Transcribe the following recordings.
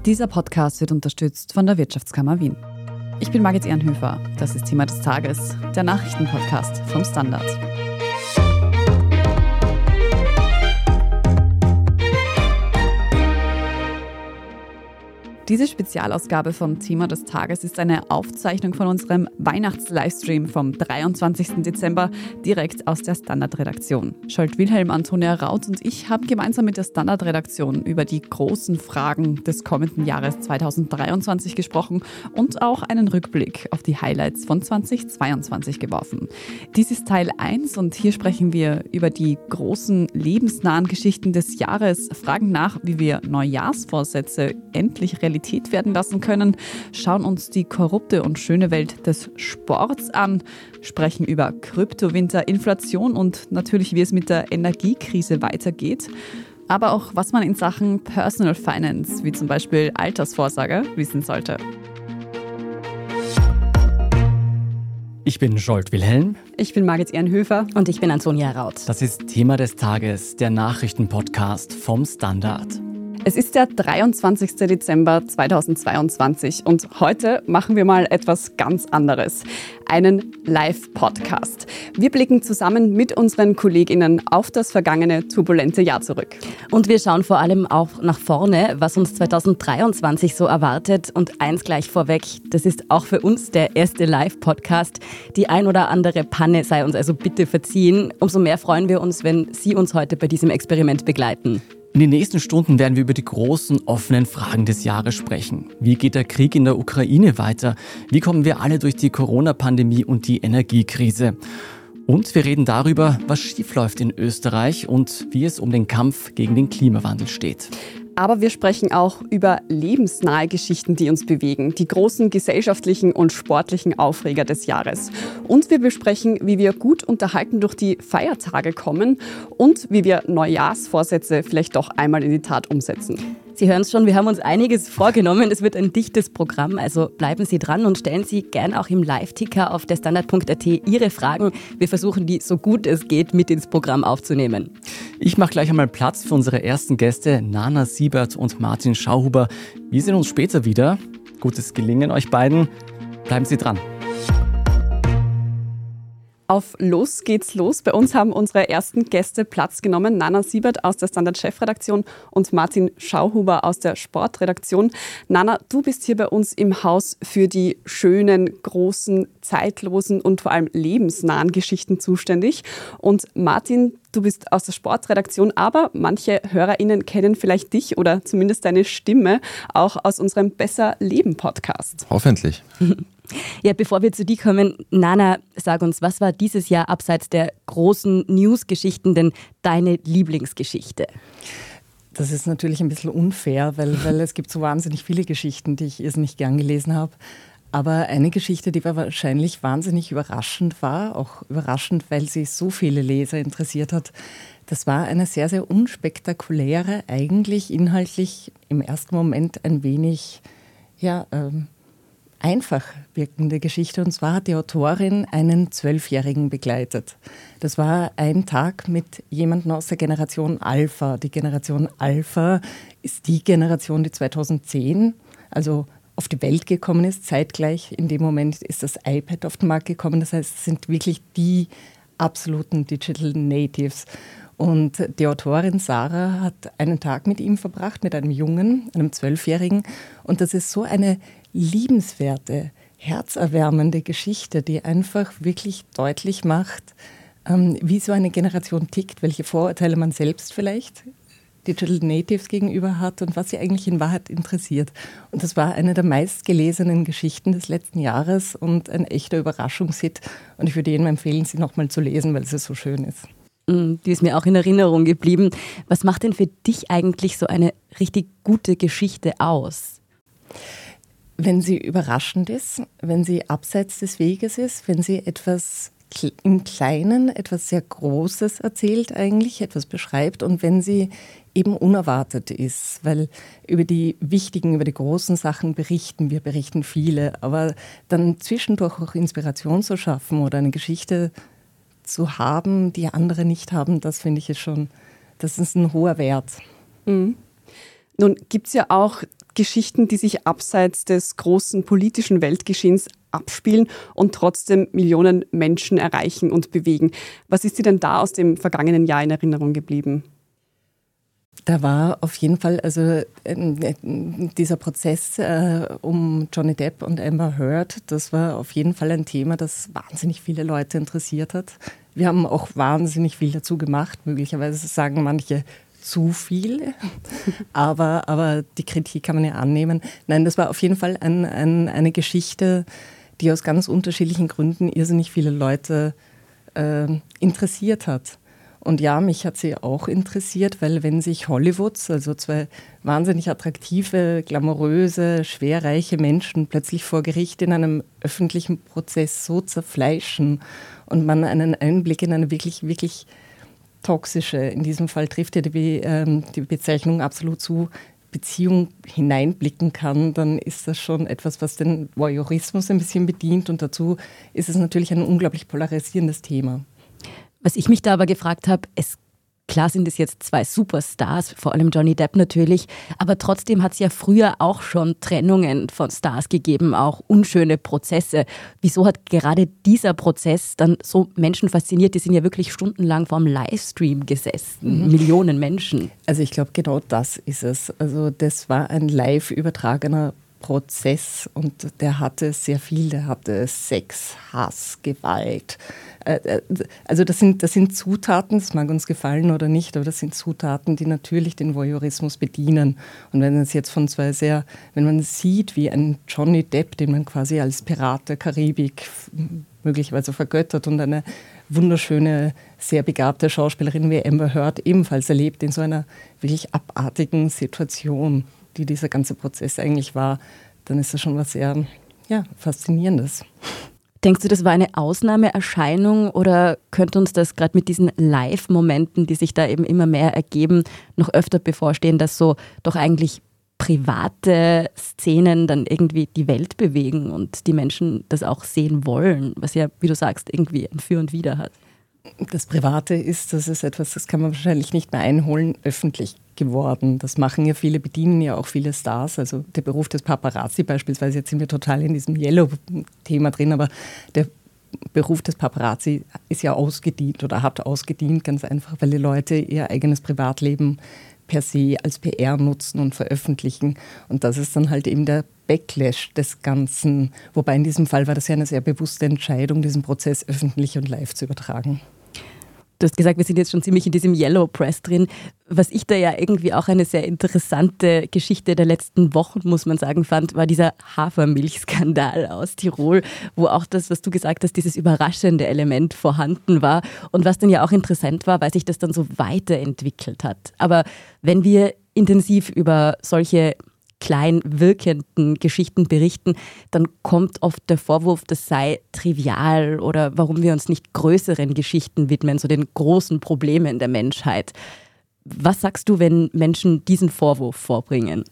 Dieser Podcast wird unterstützt von der Wirtschaftskammer Wien. Ich bin Margit Ehrenhöfer. Das ist Thema des Tages, der Nachrichtenpodcast vom Standard. Diese Spezialausgabe vom Thema des Tages ist eine Aufzeichnung von unserem Weihnachts-Livestream vom 23. Dezember direkt aus der Standard-Redaktion. Scholt Wilhelm, Antonia Raut und ich haben gemeinsam mit der Standard-Redaktion über die großen Fragen des kommenden Jahres 2023 gesprochen und auch einen Rückblick auf die Highlights von 2022 geworfen. Dies ist Teil 1 und hier sprechen wir über die großen lebensnahen Geschichten des Jahres, fragen nach, wie wir Neujahrsvorsätze endlich Realität werden lassen können, schauen uns die korrupte und schöne Welt des Sports an, sprechen über Kryptowinter, Inflation und natürlich, wie es mit der Energiekrise weitergeht, aber auch, was man in Sachen Personal Finance, wie zum Beispiel Altersvorsorge, wissen sollte. Ich bin Scholt Wilhelm. Ich bin Margit Ehrenhöfer. Und ich bin Antonia Raut. Das ist Thema des Tages, der Nachrichtenpodcast vom Standard. Es ist der 23. Dezember 2022 und heute machen wir mal etwas ganz anderes. Einen Live-Podcast. Wir blicken zusammen mit unseren KollegInnen auf das vergangene turbulente Jahr zurück. Und wir schauen vor allem auch nach vorne, was uns 2023 so erwartet. Und eins gleich vorweg, das ist auch für uns der erste Live-Podcast. Die ein oder andere Panne sei uns also bitte verziehen. Umso mehr freuen wir uns, wenn Sie uns heute bei diesem Experiment begleiten. In den nächsten Stunden werden wir über die großen, offenen Fragen des Jahres sprechen. Wie geht der Krieg in der Ukraine weiter? Wie kommen wir alle durch die Corona-Pandemie und die Energiekrise? Und wir reden darüber, was schiefläuft in Österreich und wie es um den Kampf gegen den Klimawandel steht. Aber wir sprechen auch über lebensnahe Geschichten, die uns bewegen, die großen gesellschaftlichen und sportlichen Aufreger des Jahres. Und wir besprechen, wie wir gut unterhalten durch die Feiertage kommen und wie wir Neujahrsvorsätze vielleicht doch einmal in die Tat umsetzen. Sie hören es schon, wir haben uns einiges vorgenommen. Es wird ein dichtes Programm, also bleiben Sie dran und stellen Sie gern auch im Live-Ticker auf derstandard.at Ihre Fragen. Wir versuchen, die so gut es geht mit ins Programm aufzunehmen. Ich mache gleich einmal Platz für unsere ersten Gäste, Nana Siebert und Martin Schauhuber. Wir sehen uns später wieder. Gutes Gelingen euch beiden. Bleiben Sie dran. Auf Los geht's los. Bei uns haben unsere ersten Gäste Platz genommen. Nana Siebert aus der Standard-Chefredaktion und Martin Schauhuber aus der Sportredaktion. Nana, du bist hier bei uns im Haus für die schönen, großen, zeitlosen und vor allem lebensnahen Geschichten zuständig. Und Martin, du bist aus der Sportredaktion, aber manche HörerInnen kennen vielleicht dich oder zumindest deine Stimme auch aus unserem Besser-Leben-Podcast. Hoffentlich. Ja, bevor wir zu dir kommen, Nana, sag uns, was war dieses Jahr abseits der großen News-Geschichten denn deine Lieblingsgeschichte? Das ist natürlich ein bisschen unfair, weil es gibt so wahnsinnig viele Geschichten, die ich irrsinnig gern gelesen habe. Aber eine Geschichte, die wahrscheinlich wahnsinnig überraschend war, auch überraschend, weil sie so viele Leser interessiert hat, das war eine sehr, sehr unspektakuläre, eigentlich inhaltlich im ersten Moment ein wenig, einfach wirkende Geschichte. Und zwar hat die Autorin einen 12-Jährigen begleitet. Das war ein Tag mit jemandem aus der Generation Alpha. Die Generation Alpha ist die Generation, die 2010, also auf die Welt gekommen ist. Zeitgleich in dem Moment ist das iPad auf den Markt gekommen. Das heißt, es sind wirklich die absoluten Digital Natives. Und die Autorin Sarah hat einen Tag mit ihm verbracht, mit einem Jungen, einem 12-Jährigen. Und das ist so eine liebenswerte, herzerwärmende Geschichte, die einfach wirklich deutlich macht, wie so eine Generation tickt, welche Vorurteile man selbst vielleicht Digital Natives gegenüber hat und was sie eigentlich in Wahrheit interessiert. Und das war eine der meistgelesenen Geschichten des letzten Jahres und ein echter Überraschungshit. Und ich würde jedem empfehlen, sie nochmal zu lesen, weil sie so schön ist. Die ist mir auch in Erinnerung geblieben. Was macht denn für dich eigentlich so eine richtig gute Geschichte aus? Wenn sie überraschend ist, wenn sie abseits des Weges ist, wenn sie etwas im Kleinen, etwas sehr Großes erzählt eigentlich, etwas beschreibt und wenn sie eben unerwartet ist, weil über die wichtigen, über die großen Sachen berichten viele, aber dann zwischendurch auch Inspiration zu schaffen oder eine Geschichte zu haben, die andere nicht haben, das finde ich das ist ein hoher Wert. Mhm. Nun gibt es ja auch Geschichten, die sich abseits des großen politischen Weltgeschehens abspielen und trotzdem Millionen Menschen erreichen und bewegen. Was ist dir denn da aus dem vergangenen Jahr in Erinnerung geblieben? Da war auf jeden Fall dieser Prozess um Johnny Depp und Amber Heard, das war auf jeden Fall ein Thema, das wahnsinnig viele Leute interessiert hat. Wir haben auch wahnsinnig viel dazu gemacht, möglicherweise sagen manche zu viel, aber die Kritik kann man ja annehmen. Nein, das war auf jeden Fall eine Geschichte, die aus ganz unterschiedlichen Gründen irrsinnig viele Leute interessiert hat. Und ja, mich hat sie auch interessiert, weil wenn sich Hollywoods, also zwei wahnsinnig attraktive, glamouröse, schwerreiche Menschen plötzlich vor Gericht in einem öffentlichen Prozess so zerfleischen und man einen Einblick in eine wirklich, wirklich toxische, in diesem Fall trifft ja die Bezeichnung absolut zu, Beziehung hineinblicken kann, dann ist das schon etwas, was den Voyeurismus ein bisschen bedient und dazu ist es natürlich ein unglaublich polarisierendes Thema. Was ich mich da aber gefragt habe, klar sind es jetzt zwei Superstars, vor allem Johnny Depp natürlich, aber trotzdem hat es ja früher auch schon Trennungen von Stars gegeben, auch unschöne Prozesse. Wieso hat gerade dieser Prozess dann so Menschen fasziniert? Die sind ja wirklich stundenlang vor dem Livestream gesessen, Millionen Menschen. Also ich glaube, genau das ist es. Also das war ein live übertragener Prozess und der hatte sehr viel, der hatte Sex, Hass, Gewalt. Also das sind Zutaten, das mag uns gefallen oder nicht, aber das sind Zutaten, die natürlich den Voyeurismus bedienen. Und wenn es jetzt wenn man sieht, wie ein Johnny Depp, den man quasi als Pirat der Karibik möglicherweise vergöttert und eine wunderschöne, sehr begabte Schauspielerin wie Amber Heard ebenfalls erlebt in so einer wirklich abartigen Situation, die dieser ganze Prozess eigentlich war, dann ist das schon was sehr Faszinierendes. Denkst du, das war eine Ausnahmeerscheinung oder könnte uns das gerade mit diesen Live-Momenten, die sich da eben immer mehr ergeben, noch öfter bevorstehen, dass so doch eigentlich private Szenen dann irgendwie die Welt bewegen und die Menschen das auch sehen wollen, was ja, wie du sagst, irgendwie ein Für und Wider hat? Das Private ist etwas, das kann man wahrscheinlich nicht mehr einholen, öffentlich geworden. Das machen ja viele, bedienen ja auch viele Stars. Also der Beruf des Paparazzi beispielsweise, jetzt sind wir total in diesem Yellow-Thema drin, aber der Beruf des Paparazzi ist ja ausgedient oder hat ausgedient, ganz einfach, weil die Leute ihr eigenes Privatleben per se als PR nutzen und veröffentlichen. Und das ist dann halt eben der Backlash des Ganzen. Wobei in diesem Fall war das ja eine sehr bewusste Entscheidung, diesen Prozess öffentlich und live zu übertragen. Du hast gesagt, wir sind jetzt schon ziemlich in diesem Yellow Press drin. Was ich da ja irgendwie auch eine sehr interessante Geschichte der letzten Wochen, muss man sagen, fand, war dieser Hafermilchskandal aus Tirol, wo auch das, was du gesagt hast, dieses überraschende Element vorhanden war. Und was dann ja auch interessant war, weil sich das dann so weiterentwickelt hat. Aber wenn wir intensiv über solche klein wirkenden Geschichten berichten, dann kommt oft der Vorwurf, das sei trivial oder warum wir uns nicht größeren Geschichten widmen, so den großen Problemen der Menschheit. Was sagst du, wenn Menschen diesen Vorwurf vorbringen?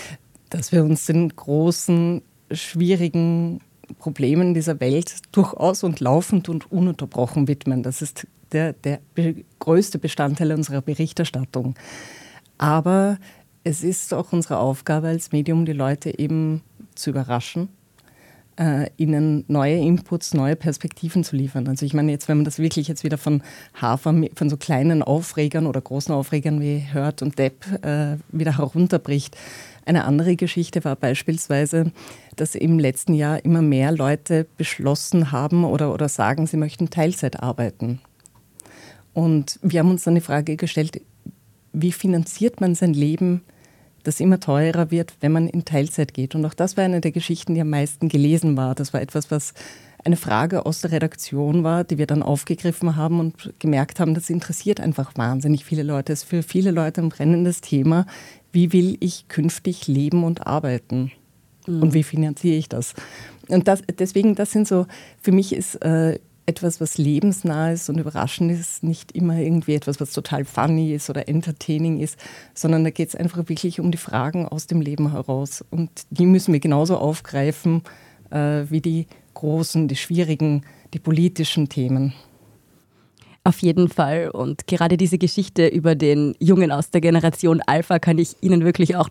Dass wir uns den großen, schwierigen Problemen dieser Welt durchaus und laufend und ununterbrochen widmen. Das ist der größte Bestandteil unserer Berichterstattung. Aber es ist auch unsere Aufgabe als Medium, die Leute eben zu überraschen, ihnen neue Inputs, neue Perspektiven zu liefern. Also ich meine jetzt, wenn man das wirklich jetzt wieder von so kleinen Aufregern oder großen Aufregern wie Heard und Depp wieder herunterbricht. Eine andere Geschichte war beispielsweise, dass im letzten Jahr immer mehr Leute beschlossen haben oder sagen, sie möchten Teilzeit arbeiten. Und wir haben uns dann die Frage gestellt, wie finanziert man sein Leben, das immer teurer wird, wenn man in Teilzeit geht. Und auch das war eine der Geschichten, die am meisten gelesen war. Das war etwas, was eine Frage aus der Redaktion war, die wir dann aufgegriffen haben und gemerkt haben, das interessiert einfach wahnsinnig viele Leute. Es ist für viele Leute ein brennendes Thema. Wie will ich künftig leben und arbeiten? Und wie finanziere ich das? Und deswegen, das sind so, für mich ist etwas, was lebensnah ist und überraschend ist, nicht immer irgendwie etwas, was total funny ist oder entertaining ist, sondern da geht es einfach wirklich um die Fragen aus dem Leben heraus. Und die müssen wir genauso aufgreifen wie die großen, die schwierigen, die politischen Themen. Auf jeden Fall. Und gerade diese Geschichte über den Jungen aus der Generation Alpha kann ich Ihnen wirklich auch noch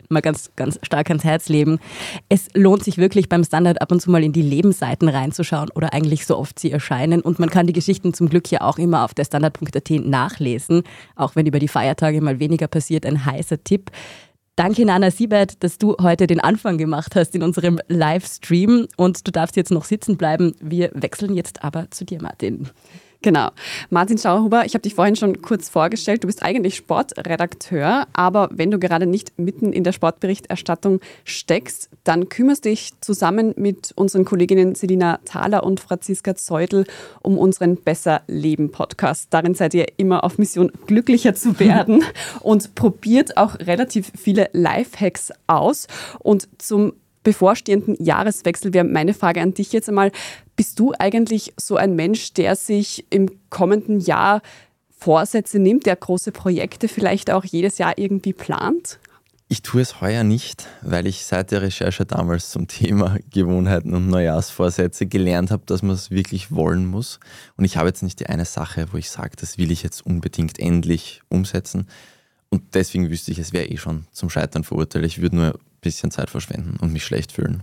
mal ganz, ganz stark ans Herz legen. Es lohnt sich wirklich beim Standard ab und zu mal in die Lebensseiten reinzuschauen oder eigentlich so oft sie erscheinen. Und man kann die Geschichten zum Glück ja auch immer auf der Standard.at nachlesen, auch wenn über die Feiertage mal weniger passiert, ein heißer Tipp. Danke, Nana Siebert, dass du heute den Anfang gemacht hast in unserem Livestream und du darfst jetzt noch sitzen bleiben. Wir wechseln jetzt aber zu dir, Martin. Genau. Martin Schauerhuber, ich habe dich vorhin schon kurz vorgestellt. Du bist eigentlich Sportredakteur, aber wenn du gerade nicht mitten in der Sportberichterstattung steckst, dann kümmerst dich zusammen mit unseren Kolleginnen Selina Thaler und Franziska Zeudel um unseren Besser-Leben-Podcast. Darin seid ihr immer auf Mission, glücklicher zu werden und probiert auch relativ viele Lifehacks aus. Und zum bevorstehenden Jahreswechsel wäre meine Frage an dich jetzt einmal. Bist du eigentlich so ein Mensch, der sich im kommenden Jahr Vorsätze nimmt, der große Projekte vielleicht auch jedes Jahr irgendwie plant? Ich tue es heuer nicht, weil ich seit der Recherche damals zum Thema Gewohnheiten und Neujahrsvorsätze gelernt habe, dass man es wirklich wollen muss. Und ich habe jetzt nicht die eine Sache, wo ich sage, das will ich jetzt unbedingt endlich umsetzen. Und deswegen wüsste ich, es wäre schon zum Scheitern verurteilt. Ich würde nur ein bisschen Zeit verschwenden und mich schlecht fühlen.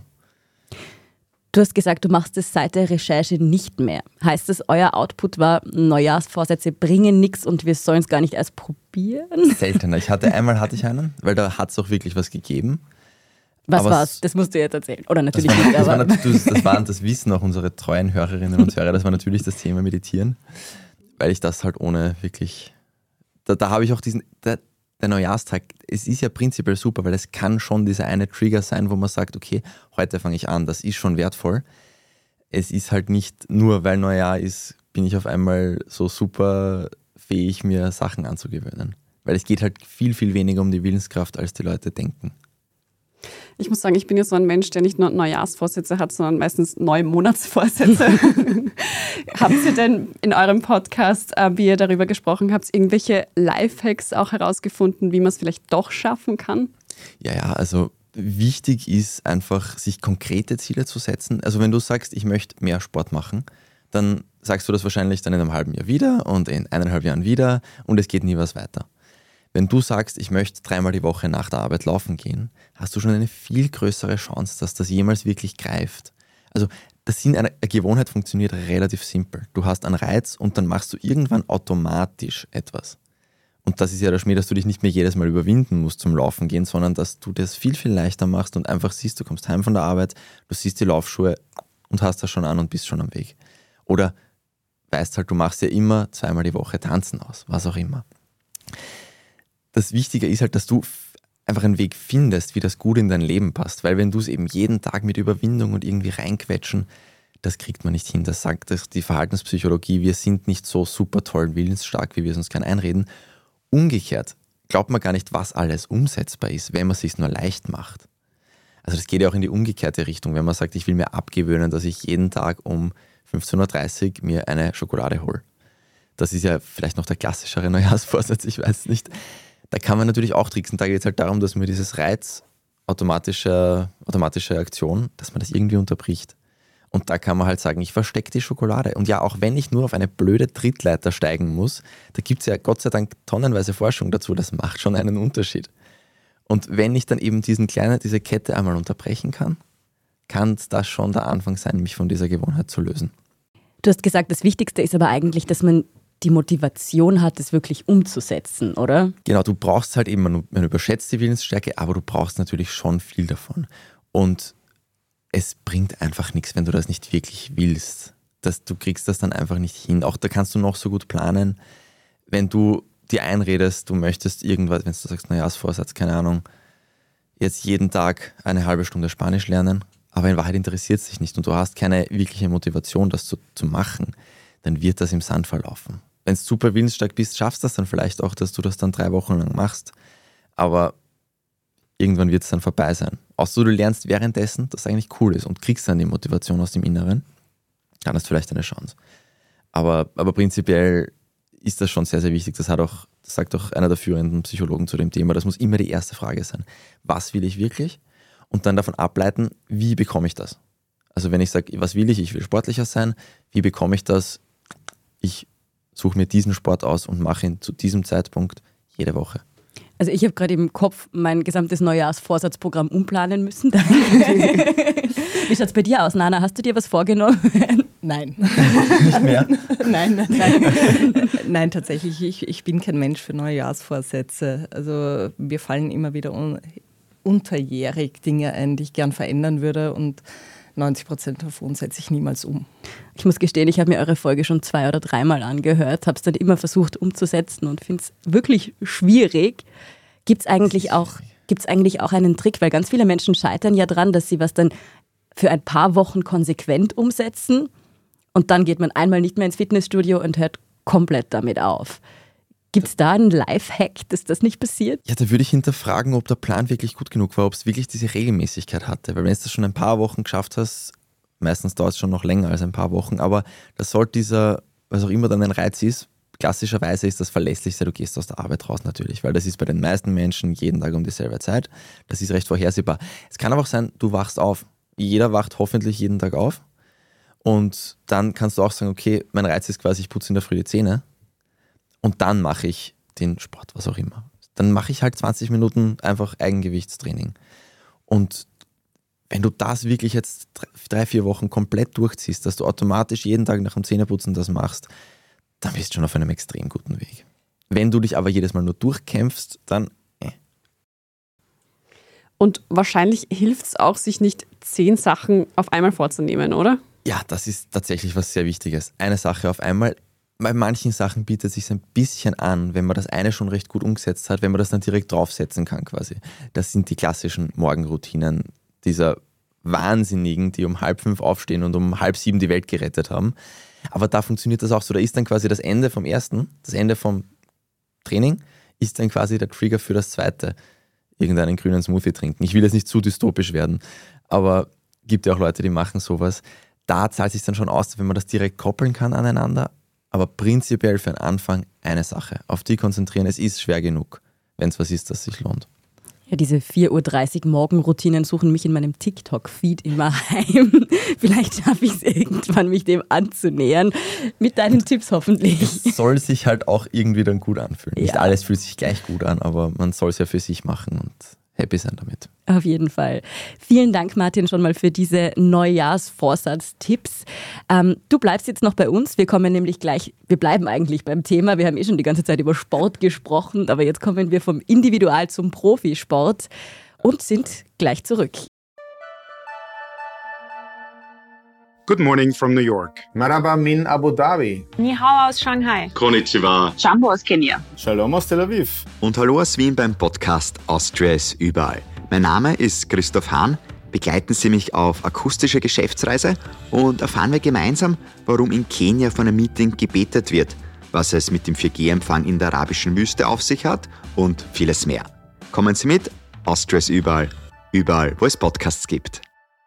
Du hast gesagt, du machst es seit der Recherche nicht mehr. Heißt das, euer Output war, Neujahrsvorsätze bringen nichts und wir sollen es gar nicht erst probieren? Seltener. Einmal hatte ich einen, weil da hat es auch wirklich was gegeben. Was war's? Das musst du jetzt erzählen. Oder natürlich nicht. Das wissen auch unsere treuen Hörerinnen und Hörer, das war natürlich das Thema Meditieren, weil ich das halt ohne wirklich, da habe ich auch der Neujahrstag, es ist ja prinzipiell super, weil es kann schon dieser eine Trigger sein, wo man sagt, okay, heute fange ich an, das ist schon wertvoll. Es ist halt nicht nur, weil Neujahr ist, bin ich auf einmal so super fähig, mir Sachen anzugewöhnen. Weil es geht halt viel, viel weniger um die Willenskraft, als die Leute denken. Ich muss sagen, ich bin ja so ein Mensch, der nicht nur Neujahrsvorsätze hat, sondern meistens Neumonatsvorsätze. Habt ihr denn in eurem Podcast, wie ihr darüber gesprochen habt, irgendwelche Lifehacks auch herausgefunden, wie man es vielleicht doch schaffen kann? Ja, also wichtig ist einfach, sich konkrete Ziele zu setzen. Also wenn du sagst, ich möchte mehr Sport machen, dann sagst du das wahrscheinlich dann in einem halben Jahr wieder und in 1,5 Jahren wieder und es geht nie was weiter. Wenn du sagst, ich möchte 3-mal die Woche nach der Arbeit laufen gehen, hast du schon eine viel größere Chance, dass das jemals wirklich greift. Also eine Gewohnheit funktioniert relativ simpel. Du hast einen Reiz und dann machst du irgendwann automatisch etwas. Und das ist ja der Schmäh, dass du dich nicht mehr jedes Mal überwinden musst zum Laufen gehen, sondern dass du das viel, viel leichter machst und einfach siehst, du kommst heim von der Arbeit, du siehst die Laufschuhe und hast das schon an und bist schon am Weg. Oder weißt halt, du machst ja immer 2-mal die Woche Tanzen aus, was auch immer. Das Wichtige ist halt, dass du einfach einen Weg findest, wie das gut in dein Leben passt. Weil wenn du es eben jeden Tag mit Überwindung und irgendwie reinquetschen, das kriegt man nicht hin. Das sagt die Verhaltenspsychologie, wir sind nicht so super toll willensstark, wie wir es uns gerne einreden. Umgekehrt glaubt man gar nicht, was alles umsetzbar ist, wenn man es sich nur leicht macht. Also das geht ja auch in die umgekehrte Richtung, wenn man sagt, ich will mir abgewöhnen, dass ich jeden Tag um 15.30 Uhr mir eine Schokolade hole. Das ist ja vielleicht noch der klassischere Neujahrsvorsatz, ich weiß nicht. Da kann man natürlich auch tricksen. Da geht es halt darum, dass man dieses Reiz, automatische Aktion, dass man das irgendwie unterbricht. Und da kann man halt sagen, ich verstecke die Schokolade. Und ja, auch wenn ich nur auf eine blöde Trittleiter steigen muss, da gibt es ja Gott sei Dank tonnenweise Forschung dazu, das macht schon einen Unterschied. Und wenn ich dann eben diese Kette einmal unterbrechen kann das schon der Anfang sein, mich von dieser Gewohnheit zu lösen. Du hast gesagt, das Wichtigste ist aber eigentlich, dass man die Motivation hat, es wirklich umzusetzen, oder? Genau, du brauchst halt eben, man überschätzt die Willensstärke, aber du brauchst natürlich schon viel davon. Und es bringt einfach nichts, wenn du das nicht wirklich willst. Du kriegst das dann einfach nicht hin. Auch da kannst du noch so gut planen, wenn du dir einredest, du möchtest irgendwas, wenn du sagst, Neujahrsvorsatz, keine Ahnung, jetzt jeden Tag eine halbe Stunde Spanisch lernen, aber in Wahrheit interessiert es dich nicht und du hast keine wirkliche Motivation, das zu machen, dann wird das im Sand verlaufen. Wenn du super willensstark bist, schaffst du das dann vielleicht auch, dass du das dann 3 Wochen lang machst, aber irgendwann wird es dann vorbei sein. Außer du lernst währenddessen, das eigentlich cool ist und kriegst dann die Motivation aus dem Inneren, dann hast du vielleicht eine Chance. Aber prinzipiell ist das schon sehr, sehr wichtig. Das sagt auch einer der führenden Psychologen zu dem Thema. Das muss immer die erste Frage sein. Was will ich wirklich? Und dann davon ableiten, wie bekomme ich das? Also wenn ich sage, was will ich? Ich will sportlicher sein. Wie bekomme ich das? Ich suche mir diesen Sport aus und mache ihn zu diesem Zeitpunkt jede Woche. Also ich habe gerade im Kopf mein gesamtes Neujahrsvorsatzprogramm umplanen müssen. Wie schaut es bei dir aus, Nana? Hast du dir was vorgenommen? Nein. Nicht mehr? Nein. Nein, tatsächlich, ich bin kein Mensch für Neujahrsvorsätze. Also mir fallen immer wieder unterjährig Dinge ein, die ich gern verändern würde, und 90% davon setze ich niemals um. Ich muss gestehen, ich habe mir eure Folge schon 2 oder 3 Mal angehört, habe es dann immer versucht umzusetzen und finde es wirklich schwierig. Gibt es eigentlich auch einen Trick? Weil ganz viele Menschen scheitern ja dran, dass sie was dann für ein paar Wochen konsequent umsetzen und dann geht man einmal nicht mehr ins Fitnessstudio und hört komplett damit auf. Gibt es da einen Lifehack, dass das nicht passiert? Ja, da würde ich hinterfragen, ob der Plan wirklich gut genug war, ob es wirklich diese Regelmäßigkeit hatte. Weil wenn du das schon ein paar Wochen geschafft hast, meistens dauert es schon noch länger als ein paar Wochen, aber das sollte dieser, was auch immer dann ein Reiz ist, klassischerweise ist das Verlässlichste, du gehst aus der Arbeit raus natürlich, weil das ist bei den meisten Menschen jeden Tag um dieselbe Zeit. Das ist recht vorhersehbar. Es kann aber auch sein, du wachst auf. Jeder wacht hoffentlich jeden Tag auf und dann kannst du auch sagen, okay, mein Reiz ist quasi, ich putze in der Früh die Zähne und dann mache ich den Sport, was auch immer. Dann mache ich halt 20 Minuten einfach Eigengewichtstraining. Und wenn du das wirklich jetzt 3-4 Wochen komplett durchziehst, dass du automatisch jeden Tag nach dem Zähneputzen das machst, dann bist du schon auf einem extrem guten Weg. Wenn du dich aber jedes Mal nur durchkämpfst, dann Und wahrscheinlich hilft es auch, sich nicht 10 Sachen auf einmal vorzunehmen, oder? ja, das ist tatsächlich was sehr Wichtiges. Eine Sache auf einmal. Bei manchen Sachen bietet es sich ein bisschen an, wenn man das eine schon recht gut umgesetzt hat, wenn man das dann direkt draufsetzen kann quasi. Das sind die klassischen Morgenroutinen dieser Wahnsinnigen, die um 4:30 aufstehen und um 6:30 die Welt gerettet haben. Aber da funktioniert das auch so. Da ist dann quasi das Ende vom ersten, das Ende vom Training, ist dann quasi der Trigger für das zweite. Irgendeinen grünen Smoothie trinken. Ich will jetzt nicht zu dystopisch werden, aber gibt ja auch Leute, die machen sowas. Da zahlt es sich dann schon aus, wenn man das direkt koppeln kann aneinander. Aber prinzipiell für den Anfang eine Sache. Auf die konzentrieren. Es ist schwer genug, wenn es was ist, das sich lohnt. Ja, diese 4:30 Uhr Morgenroutinen suchen mich in meinem TikTok-Feed immer heim. Vielleicht schaffe ich es irgendwann, mich dem anzunähern. Mit deinen Tipps hoffentlich. Es soll sich halt auch irgendwie dann gut anfühlen. Ja. Nicht alles fühlt sich gleich gut an, aber man soll es ja für sich machen und happy sein damit. Auf jeden Fall. Vielen Dank, Martin, schon mal für diese Neujahrsvorsatztipps. Du bleibst jetzt noch bei uns. Wir bleiben eigentlich beim Thema. Wir haben schon die ganze Zeit über Sport gesprochen, aber jetzt kommen wir vom Individual- zum Profisport und sind gleich zurück. Good morning from New York. Marhaba min Abu Dhabi. Ni hao aus Shanghai. Konnichiwa. Jumbo aus Kenia. Shalom aus Tel Aviv. Und hallo aus Wien beim Podcast Austria ist überall. Mein Name ist Christoph Hahn. Begleiten Sie mich auf akustische Geschäftsreise und erfahren wir gemeinsam, warum in Kenia von einem Meeting gebetet wird, was es mit dem 4G-Empfang in der arabischen Wüste auf sich hat und vieles mehr. Kommen Sie mit, Austria ist überall, wo es Podcasts gibt.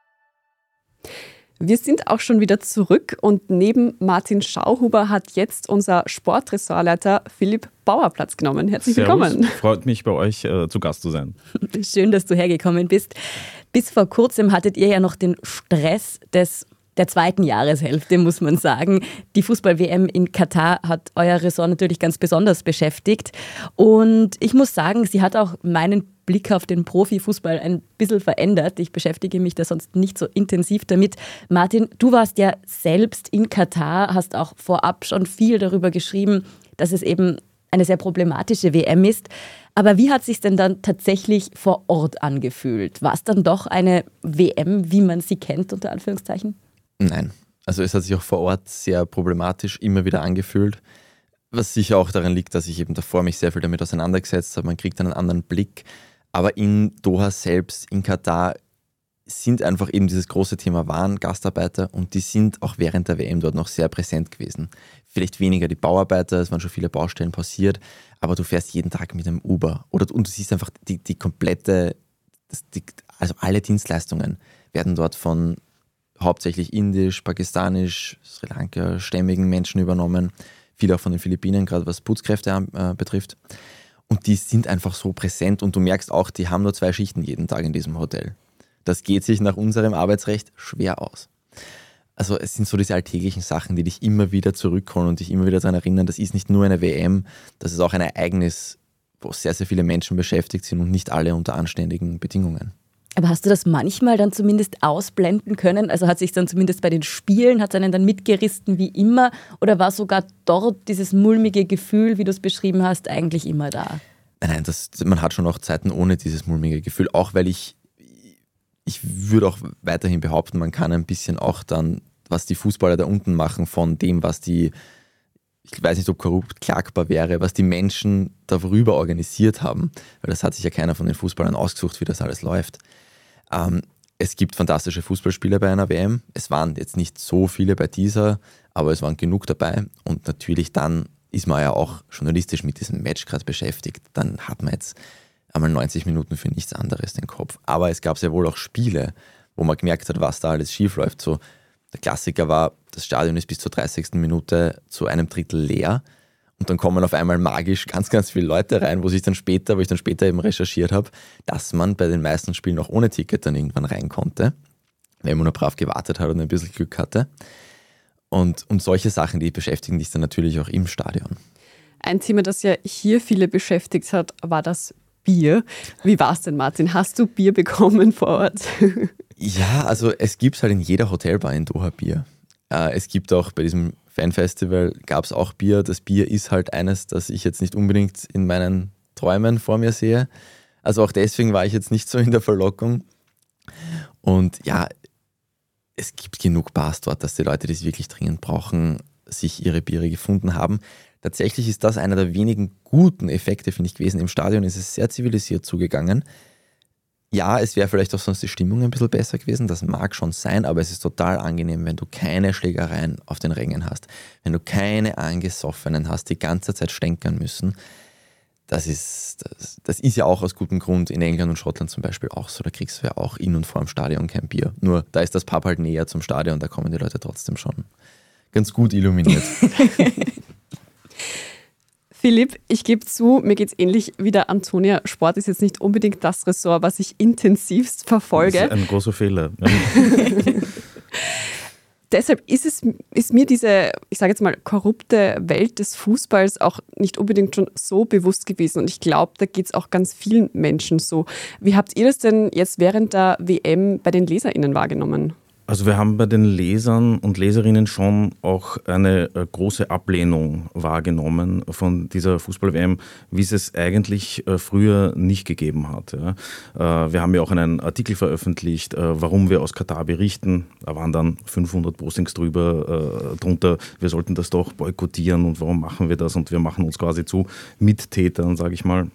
Wir sind auch schon wieder zurück und neben Martin Schauhuber hat jetzt unser Sportressortleiter Philipp Bauer Platz genommen. Herzlich willkommen. Freut mich, bei euch zu Gast zu sein. Schön, dass du hergekommen bist. Bis vor kurzem hattet ihr ja noch den Stress der zweiten Jahreshälfte, muss man sagen. Die Fußball-WM in Katar hat euer Ressort natürlich ganz besonders beschäftigt. Und ich muss sagen, sie hat auch meinen Blick auf den Profifußball ein bisschen verändert. Ich beschäftige mich da sonst nicht so intensiv damit. Martin, du warst ja selbst in Katar, hast auch vorab schon viel darüber geschrieben, dass es eben eine sehr problematische WM ist. Aber wie hat es sich denn dann tatsächlich vor Ort angefühlt? War es dann doch eine WM, wie man sie kennt, unter Anführungszeichen? Nein, also es hat sich auch vor Ort sehr problematisch immer wieder angefühlt, was sicher auch daran liegt, dass ich eben davor mich sehr viel damit auseinandergesetzt habe. Man kriegt einen anderen Blick. Aber in Doha selbst, in Katar, sind einfach eben dieses große Thema waren Gastarbeiter und die sind auch während der WM dort noch sehr präsent gewesen. Vielleicht weniger die Bauarbeiter, es waren schon viele Baustellen passiert, aber du fährst jeden Tag mit einem Uber und du siehst einfach die komplette, also alle Dienstleistungen werden dort von hauptsächlich indisch, pakistanisch, Sri Lanka stämmigen Menschen übernommen, viele auch von den Philippinen, gerade was Putzkräfte betrifft. Und die sind einfach so präsent und du merkst auch, die haben nur 2 Schichten jeden Tag in diesem Hotel. Das geht sich nach unserem Arbeitsrecht schwer aus. Also es sind so diese alltäglichen Sachen, die dich immer wieder zurückholen und dich immer wieder daran erinnern, das ist nicht nur eine WM, das ist auch ein Ereignis, wo sehr, sehr viele Menschen beschäftigt sind und nicht alle unter anständigen Bedingungen. Aber hast du das manchmal dann zumindest ausblenden können? Also hat sich dann zumindest bei den Spielen, hat es einen dann mitgerissen wie immer? Oder war sogar dort dieses mulmige Gefühl, wie du es beschrieben hast, eigentlich immer da? Nein, man hat schon auch Zeiten ohne dieses mulmige Gefühl, auch weil ich würde auch weiterhin behaupten, man kann ein bisschen auch dann, was die Fußballer da unten machen, von dem, was ich weiß nicht, ob korrupt klagbar wäre, was die Menschen darüber organisiert haben, weil das hat sich ja keiner von den Fußballern ausgesucht, wie das alles läuft. Es gibt fantastische Fußballspieler bei einer WM. Es waren jetzt nicht so viele bei dieser, aber es waren genug dabei. Und natürlich dann ist man ja auch journalistisch mit diesem Match gerade beschäftigt. Dann hat man jetzt einmal 90 Minuten für nichts anderes den Kopf. Aber es gab sehr wohl auch Spiele, wo man gemerkt hat, was da alles schief läuft. So, der Klassiker war, das Stadion ist bis zur 30. Minute zu einem Drittel leer. Und dann kommen auf einmal magisch ganz, ganz viele Leute rein, wo ich dann später eben recherchiert habe, dass man bei den meisten Spielen auch ohne Ticket dann irgendwann rein konnte, wenn man nur brav gewartet hat und ein bisschen Glück hatte. Und solche Sachen, die beschäftigen dich dann natürlich auch im Stadion. Ein Thema, das ja hier viele beschäftigt hat, war das Bier. Wie war es denn, Martin? Hast du Bier bekommen vor Ort? Ja, also es gibt halt in jeder Hotelbar in Doha Bier. Es gibt auch bei diesem Fanfestival gab es auch Bier. Das Bier ist halt eines, das ich jetzt nicht unbedingt in meinen Träumen vor mir sehe. Also auch deswegen war ich jetzt nicht so in der Verlockung. Und ja, es gibt genug Bars dort, dass die Leute, die es wirklich dringend brauchen, sich ihre Biere gefunden haben. Tatsächlich ist das einer der wenigen guten Effekte, finde ich, gewesen. Im Stadion ist es sehr zivilisiert zugegangen. Ja, es wäre vielleicht auch sonst die Stimmung ein bisschen besser gewesen, das mag schon sein, aber es ist total angenehm, wenn du keine Schlägereien auf den Rängen hast, wenn du keine Angesoffenen hast, die ganze Zeit stänkern müssen. Das ist ja auch aus gutem Grund in England und Schottland zum Beispiel auch so, da kriegst du ja auch in und vor dem Stadion kein Bier. Nur da ist das Pub halt näher zum Stadion, da kommen die Leute trotzdem schon ganz gut illuminiert. Philipp, ich gebe zu, mir geht es ähnlich wie der Antonia. Sport ist jetzt nicht unbedingt das Ressort, was ich intensivst verfolge. Das ist ein großer Fehler. Deshalb ist mir diese, ich sage jetzt mal, korrupte Welt des Fußballs auch nicht unbedingt schon so bewusst gewesen. Und ich glaube, da geht es auch ganz vielen Menschen so. Wie habt ihr das denn jetzt während der WM bei den LeserInnen wahrgenommen? Also wir haben bei den Lesern und Leserinnen schon auch eine große Ablehnung wahrgenommen von dieser Fußball-WM, wie es es eigentlich früher nicht gegeben hat. Ja. Wir haben ja auch einen Artikel veröffentlicht, warum wir aus Katar berichten. Da waren dann 500 Postings drunter, wir sollten das doch boykottieren und warum machen wir das? Und wir machen uns quasi zu Mittätern, sage ich mal.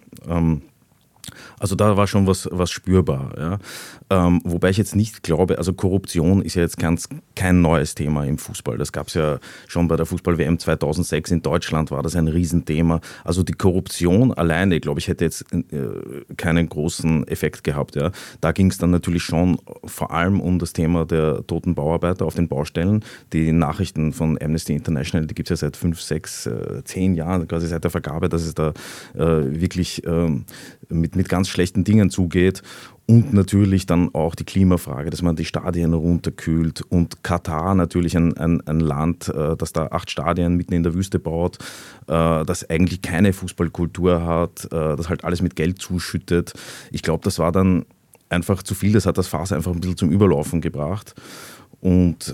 Also da war schon was spürbar. Ja. Wobei ich jetzt nicht glaube, also Korruption ist ja jetzt kein neues Thema im Fußball. Das gab es ja schon bei der Fußball-WM 2006 in Deutschland, war das ein Riesenthema. Also die Korruption alleine, glaube ich, hätte jetzt keinen großen Effekt gehabt. Ja. Da ging es dann natürlich schon vor allem um das Thema der toten Bauarbeiter auf den Baustellen. Die Nachrichten von Amnesty International, die gibt es ja seit 5, 6, 10 Jahren, quasi seit der Vergabe, dass es da wirklich mit ganz schlechten Dingen zugeht. Und natürlich dann auch die Klimafrage, dass man die Stadien runterkühlt. Und Katar natürlich ein Land, das da 8 Stadien mitten in der Wüste baut, das eigentlich keine Fußballkultur hat, das halt alles mit Geld zuschüttet. Ich glaube, das war dann einfach zu viel. Das hat das Fass einfach ein bisschen zum Überlaufen gebracht. Und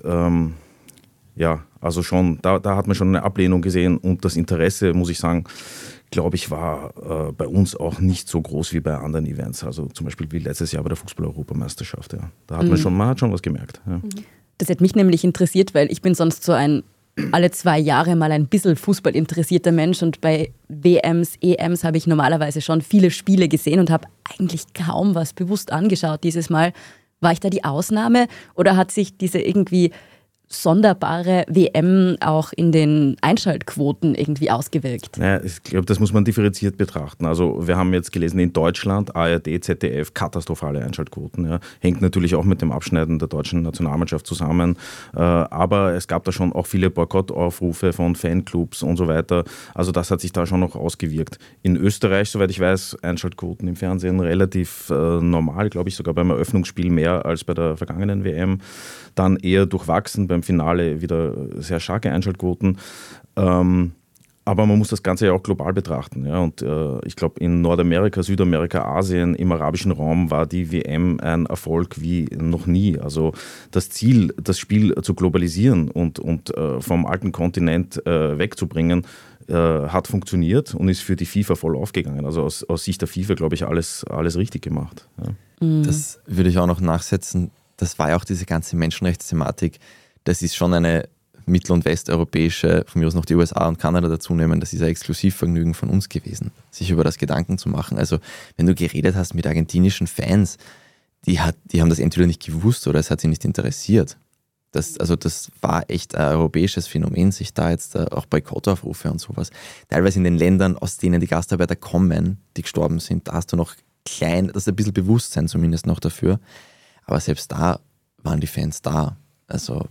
ja, also schon, da hat man schon eine Ablehnung gesehen. Und das Interesse, muss ich sagen, glaube ich, war bei uns auch nicht so groß wie bei anderen Events. Also zum Beispiel wie letztes Jahr bei der Fußball-Europameisterschaft. Ja. Da hat man hat schon was gemerkt. Ja. Das hätte mich nämlich interessiert, weil ich bin sonst so ein alle 2 Jahre mal ein bisschen Fußball interessierter Mensch und bei WMs, EMs habe ich normalerweise schon viele Spiele gesehen und habe eigentlich kaum was bewusst angeschaut. Dieses Mal war ich da die Ausnahme oder hat sich diese irgendwie sonderbare WM auch in den Einschaltquoten irgendwie ausgewirkt? Ja, ich glaube, das muss man differenziert betrachten. Also wir haben jetzt gelesen, in Deutschland, ARD, ZDF, katastrophale Einschaltquoten. Ja. Hängt natürlich auch mit dem Abschneiden der deutschen Nationalmannschaft zusammen. Aber es gab da schon auch viele Boykottaufrufe von Fanclubs und so weiter. Also das hat sich da schon noch ausgewirkt. In Österreich, soweit ich weiß, Einschaltquoten im Fernsehen relativ normal, glaube ich, sogar beim Eröffnungsspiel mehr als bei der vergangenen WM. Dann eher durchwachsen, beim Finale wieder sehr starke Einschaltquoten. Aber man muss das Ganze ja auch global betrachten. Ja? Und ich glaube, in Nordamerika, Südamerika, Asien, im arabischen Raum war die WM ein Erfolg wie noch nie. Also das Ziel, das Spiel zu globalisieren und vom alten Kontinent wegzubringen, hat funktioniert und ist für die FIFA voll aufgegangen. Also aus Sicht der FIFA, glaube ich, alles richtig gemacht. Ja. Das würde ich auch noch nachsetzen. Das war ja auch diese ganze Menschenrechtsthematik. Das ist schon eine mittel- und westeuropäische, von mir aus noch die USA und Kanada dazu nehmen, das ist ein Exklusivvergnügen von uns gewesen, sich über das Gedanken zu machen. Also wenn du geredet hast mit argentinischen Fans, die haben das entweder nicht gewusst oder es hat sie nicht interessiert. Das war echt ein europäisches Phänomen, sich da jetzt auch Boykottaufrufe und sowas. Teilweise in den Ländern, aus denen die Gastarbeiter kommen, die gestorben sind, da hast du noch das ist ein bisschen Bewusstsein zumindest noch dafür. Aber selbst da waren die Fans da. Also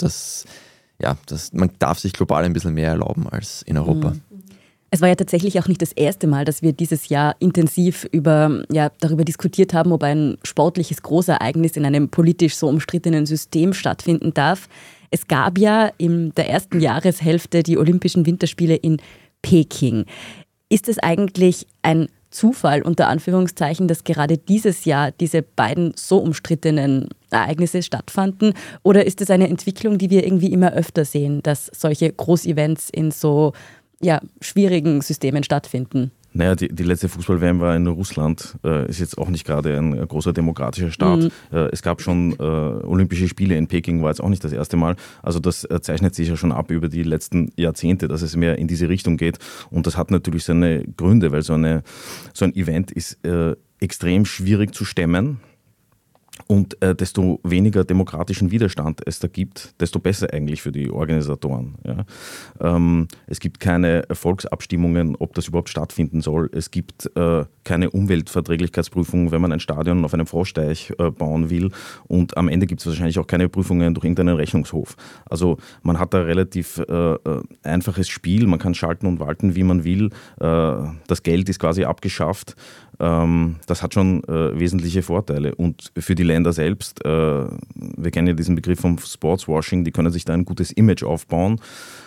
man darf sich global ein bisschen mehr erlauben als in Europa. Es war ja tatsächlich auch nicht das erste Mal, dass wir dieses Jahr intensiv darüber diskutiert haben, ob ein sportliches Großereignis in einem politisch so umstrittenen System stattfinden darf. Es gab ja in der ersten Jahreshälfte die Olympischen Winterspiele in Peking. Ist es eigentlich ein Zufall, unter Anführungszeichen, dass gerade dieses Jahr diese beiden so umstrittenen Ereignisse stattfanden? Oder ist es eine Entwicklung, die wir irgendwie immer öfter sehen, dass solche Großevents in so schwierigen Systemen stattfinden? Naja, die letzte Fußball-WM war in Russland, ist jetzt auch nicht gerade ein großer demokratischer Staat. Es gab schon Olympische Spiele in Peking, war jetzt auch nicht das erste Mal. Also das zeichnet sich ja schon ab über die letzten Jahrzehnte, dass es mehr in diese Richtung geht. Und das hat natürlich seine Gründe, weil so ein Event ist extrem schwierig zu stemmen. Und desto weniger demokratischen Widerstand es da gibt, desto besser eigentlich für die Organisatoren. Ja. Es gibt keine Volksabstimmungen, ob das überhaupt stattfinden soll. Es gibt keine Umweltverträglichkeitsprüfung, wenn man ein Stadion auf einem Froschteich bauen will. Und am Ende gibt es wahrscheinlich auch keine Prüfungen durch irgendeinen Rechnungshof. Also man hat da relativ einfaches Spiel. Man kann schalten und walten, wie man will. Das Geld ist quasi abgeschafft. Das hat schon wesentliche Vorteile. Und für die Länder selbst, wir kennen ja diesen Begriff vom Sportswashing, die können sich da ein gutes Image aufbauen,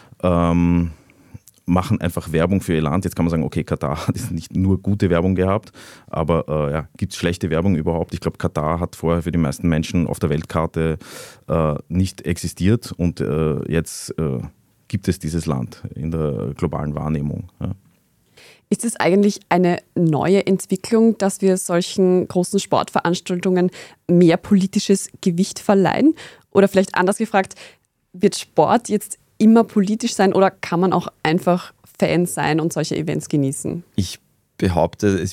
machen einfach Werbung für ihr Land. Jetzt kann man sagen, okay, Katar hat jetzt nicht nur gute Werbung gehabt, aber gibt es schlechte Werbung überhaupt? Ich glaube, Katar hat vorher für die meisten Menschen auf der Weltkarte nicht existiert und jetzt gibt es dieses Land in der globalen Wahrnehmung. Ja. Ist es eigentlich eine neue Entwicklung, dass wir solchen großen Sportveranstaltungen mehr politisches Gewicht verleihen? Oder vielleicht anders gefragt, wird Sport jetzt immer politisch sein oder kann man auch einfach Fan sein und solche Events genießen? Ich behaupte, es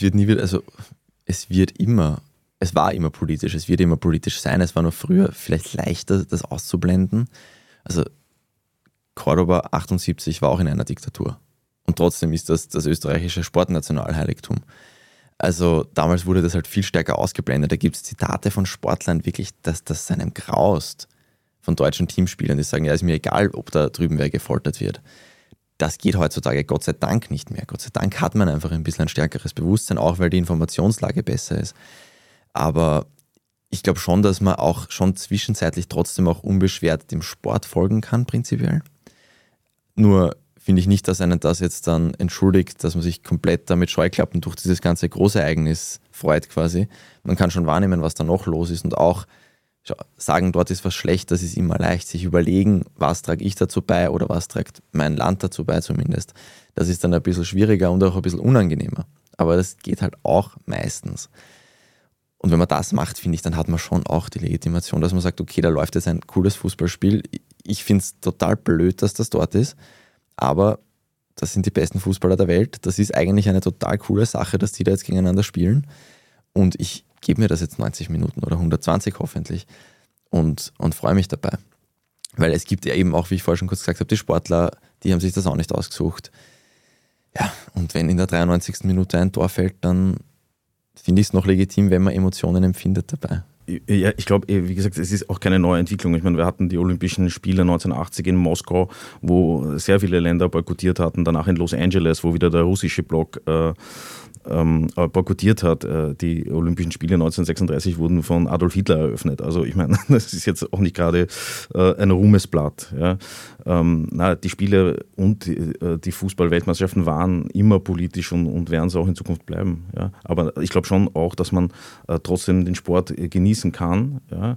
war immer politisch, es wird immer politisch sein. Es war nur früher vielleicht leichter, das auszublenden. Also Cordoba 78 war auch in einer Diktatur. Und trotzdem ist das österreichische Sportnationalheiligtum. Also damals wurde das halt viel stärker ausgeblendet. Da gibt es Zitate von Sportlern wirklich, dass das einem graust, von deutschen Teamspielern, die sagen, ja, ist mir egal, ob da drüben wer gefoltert wird. Das geht heutzutage Gott sei Dank nicht mehr. Gott sei Dank hat man einfach ein bisschen ein stärkeres Bewusstsein, auch weil die Informationslage besser ist. Aber ich glaube schon, dass man auch schon zwischenzeitlich trotzdem auch unbeschwert dem Sport folgen kann, prinzipiell. Nur finde ich nicht, dass einen das jetzt dann entschuldigt, dass man sich komplett damit Scheuklappen durch dieses ganze Großereignis freut quasi. Man kann schon wahrnehmen, was da noch los ist und auch sagen, dort ist was schlecht, das ist immer leicht. Sich überlegen, was trage ich dazu bei oder was trägt mein Land dazu bei zumindest. Das ist dann ein bisschen schwieriger und auch ein bisschen unangenehmer. Aber das geht halt auch meistens. Und wenn man das macht, finde ich, dann hat man schon auch die Legitimation, dass man sagt, okay, da läuft jetzt ein cooles Fußballspiel. Ich finde es total blöd, dass das dort ist. Aber das sind die besten Fußballer der Welt. Das ist eigentlich eine total coole Sache, dass die da jetzt gegeneinander spielen. Und ich gebe mir das jetzt 90 Minuten oder 120 hoffentlich und freue mich dabei. Weil es gibt ja eben auch, wie ich vorher schon kurz gesagt habe, die Sportler, die haben sich das auch nicht ausgesucht. Ja, und wenn in der 93. Minute ein Tor fällt, dann finde ich es noch legitim, wenn man Emotionen empfindet dabei. Ja, ich glaube, wie gesagt, es ist auch keine neue Entwicklung. Ich meine, wir hatten die Olympischen Spiele 1980 in Moskau, wo sehr viele Länder boykottiert hatten. Danach in Los Angeles, wo wieder der russische Block boykottiert hat. Die Olympischen Spiele 1936 wurden von Adolf Hitler eröffnet. Also ich meine, das ist jetzt auch nicht gerade ein Ruhmesblatt. Ja. Die Spiele und die Fußball-Weltmeisterschaften waren immer politisch und werden es auch in Zukunft bleiben. Ja. Aber ich glaube schon auch, dass man trotzdem den Sport genießen kann. Ja.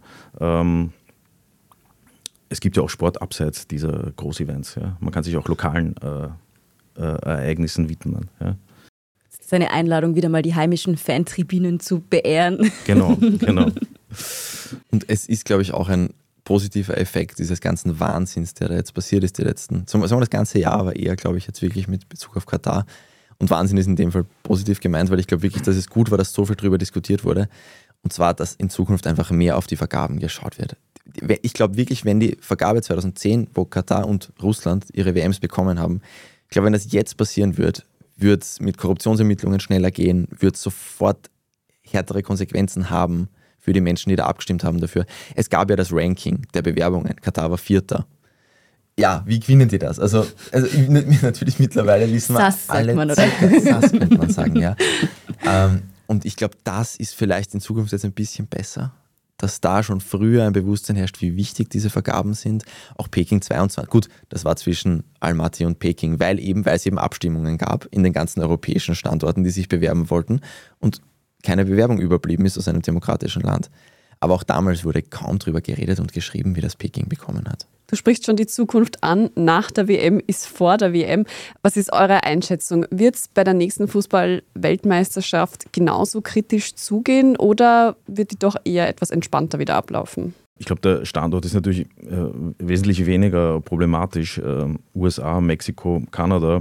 Es gibt ja auch Sport abseits dieser Groß-Events. Ja. Man kann sich auch lokalen Ereignissen widmen. Ja. Das ist eine Einladung, wieder mal die heimischen Fantribünen zu beehren. Genau. Und es ist, glaube ich, auch ein positiver Effekt dieses ganzen Wahnsinns, der da jetzt passiert ist, sagen wir das ganze Jahr, aber eher, glaube ich, jetzt wirklich mit Bezug auf Katar. Und Wahnsinn ist in dem Fall positiv gemeint, weil ich glaube wirklich, dass es gut war, dass so viel darüber diskutiert wurde. Und zwar, dass in Zukunft einfach mehr auf die Vergaben geschaut wird. Ich glaube wirklich, wenn die Vergabe 2010, wo Katar und Russland ihre WMs bekommen haben, ich glaube, wenn das jetzt passieren wird es mit Korruptionsermittlungen schneller gehen, wird es sofort härtere Konsequenzen haben für die Menschen, die da abgestimmt haben dafür. Es gab ja das Ranking der Bewerbungen. Katar war 4. Ja, wie gewinnen die das? Also natürlich mittlerweile wissen wir alle, Sass könnte man sagen, ja. Und ich glaube, das ist vielleicht in Zukunft jetzt ein bisschen besser, dass da schon früher ein Bewusstsein herrscht, wie wichtig diese Vergaben sind. Auch Peking 22. Gut, das war zwischen Almaty und Peking, weil es eben Abstimmungen gab in den ganzen europäischen Standorten, die sich bewerben wollten und keine Bewerbung überblieben ist aus einem demokratischen Land. Aber auch damals wurde kaum drüber geredet und geschrieben, wie das Peking bekommen hat. Du sprichst schon die Zukunft an. Nach der WM ist vor der WM. Was ist eure Einschätzung? Wird es bei der nächsten Fußball-Weltmeisterschaft genauso kritisch zugehen oder wird die doch eher etwas entspannter wieder ablaufen? Ich glaube, der Standort ist natürlich wesentlich weniger problematisch. USA, Mexiko, Kanada.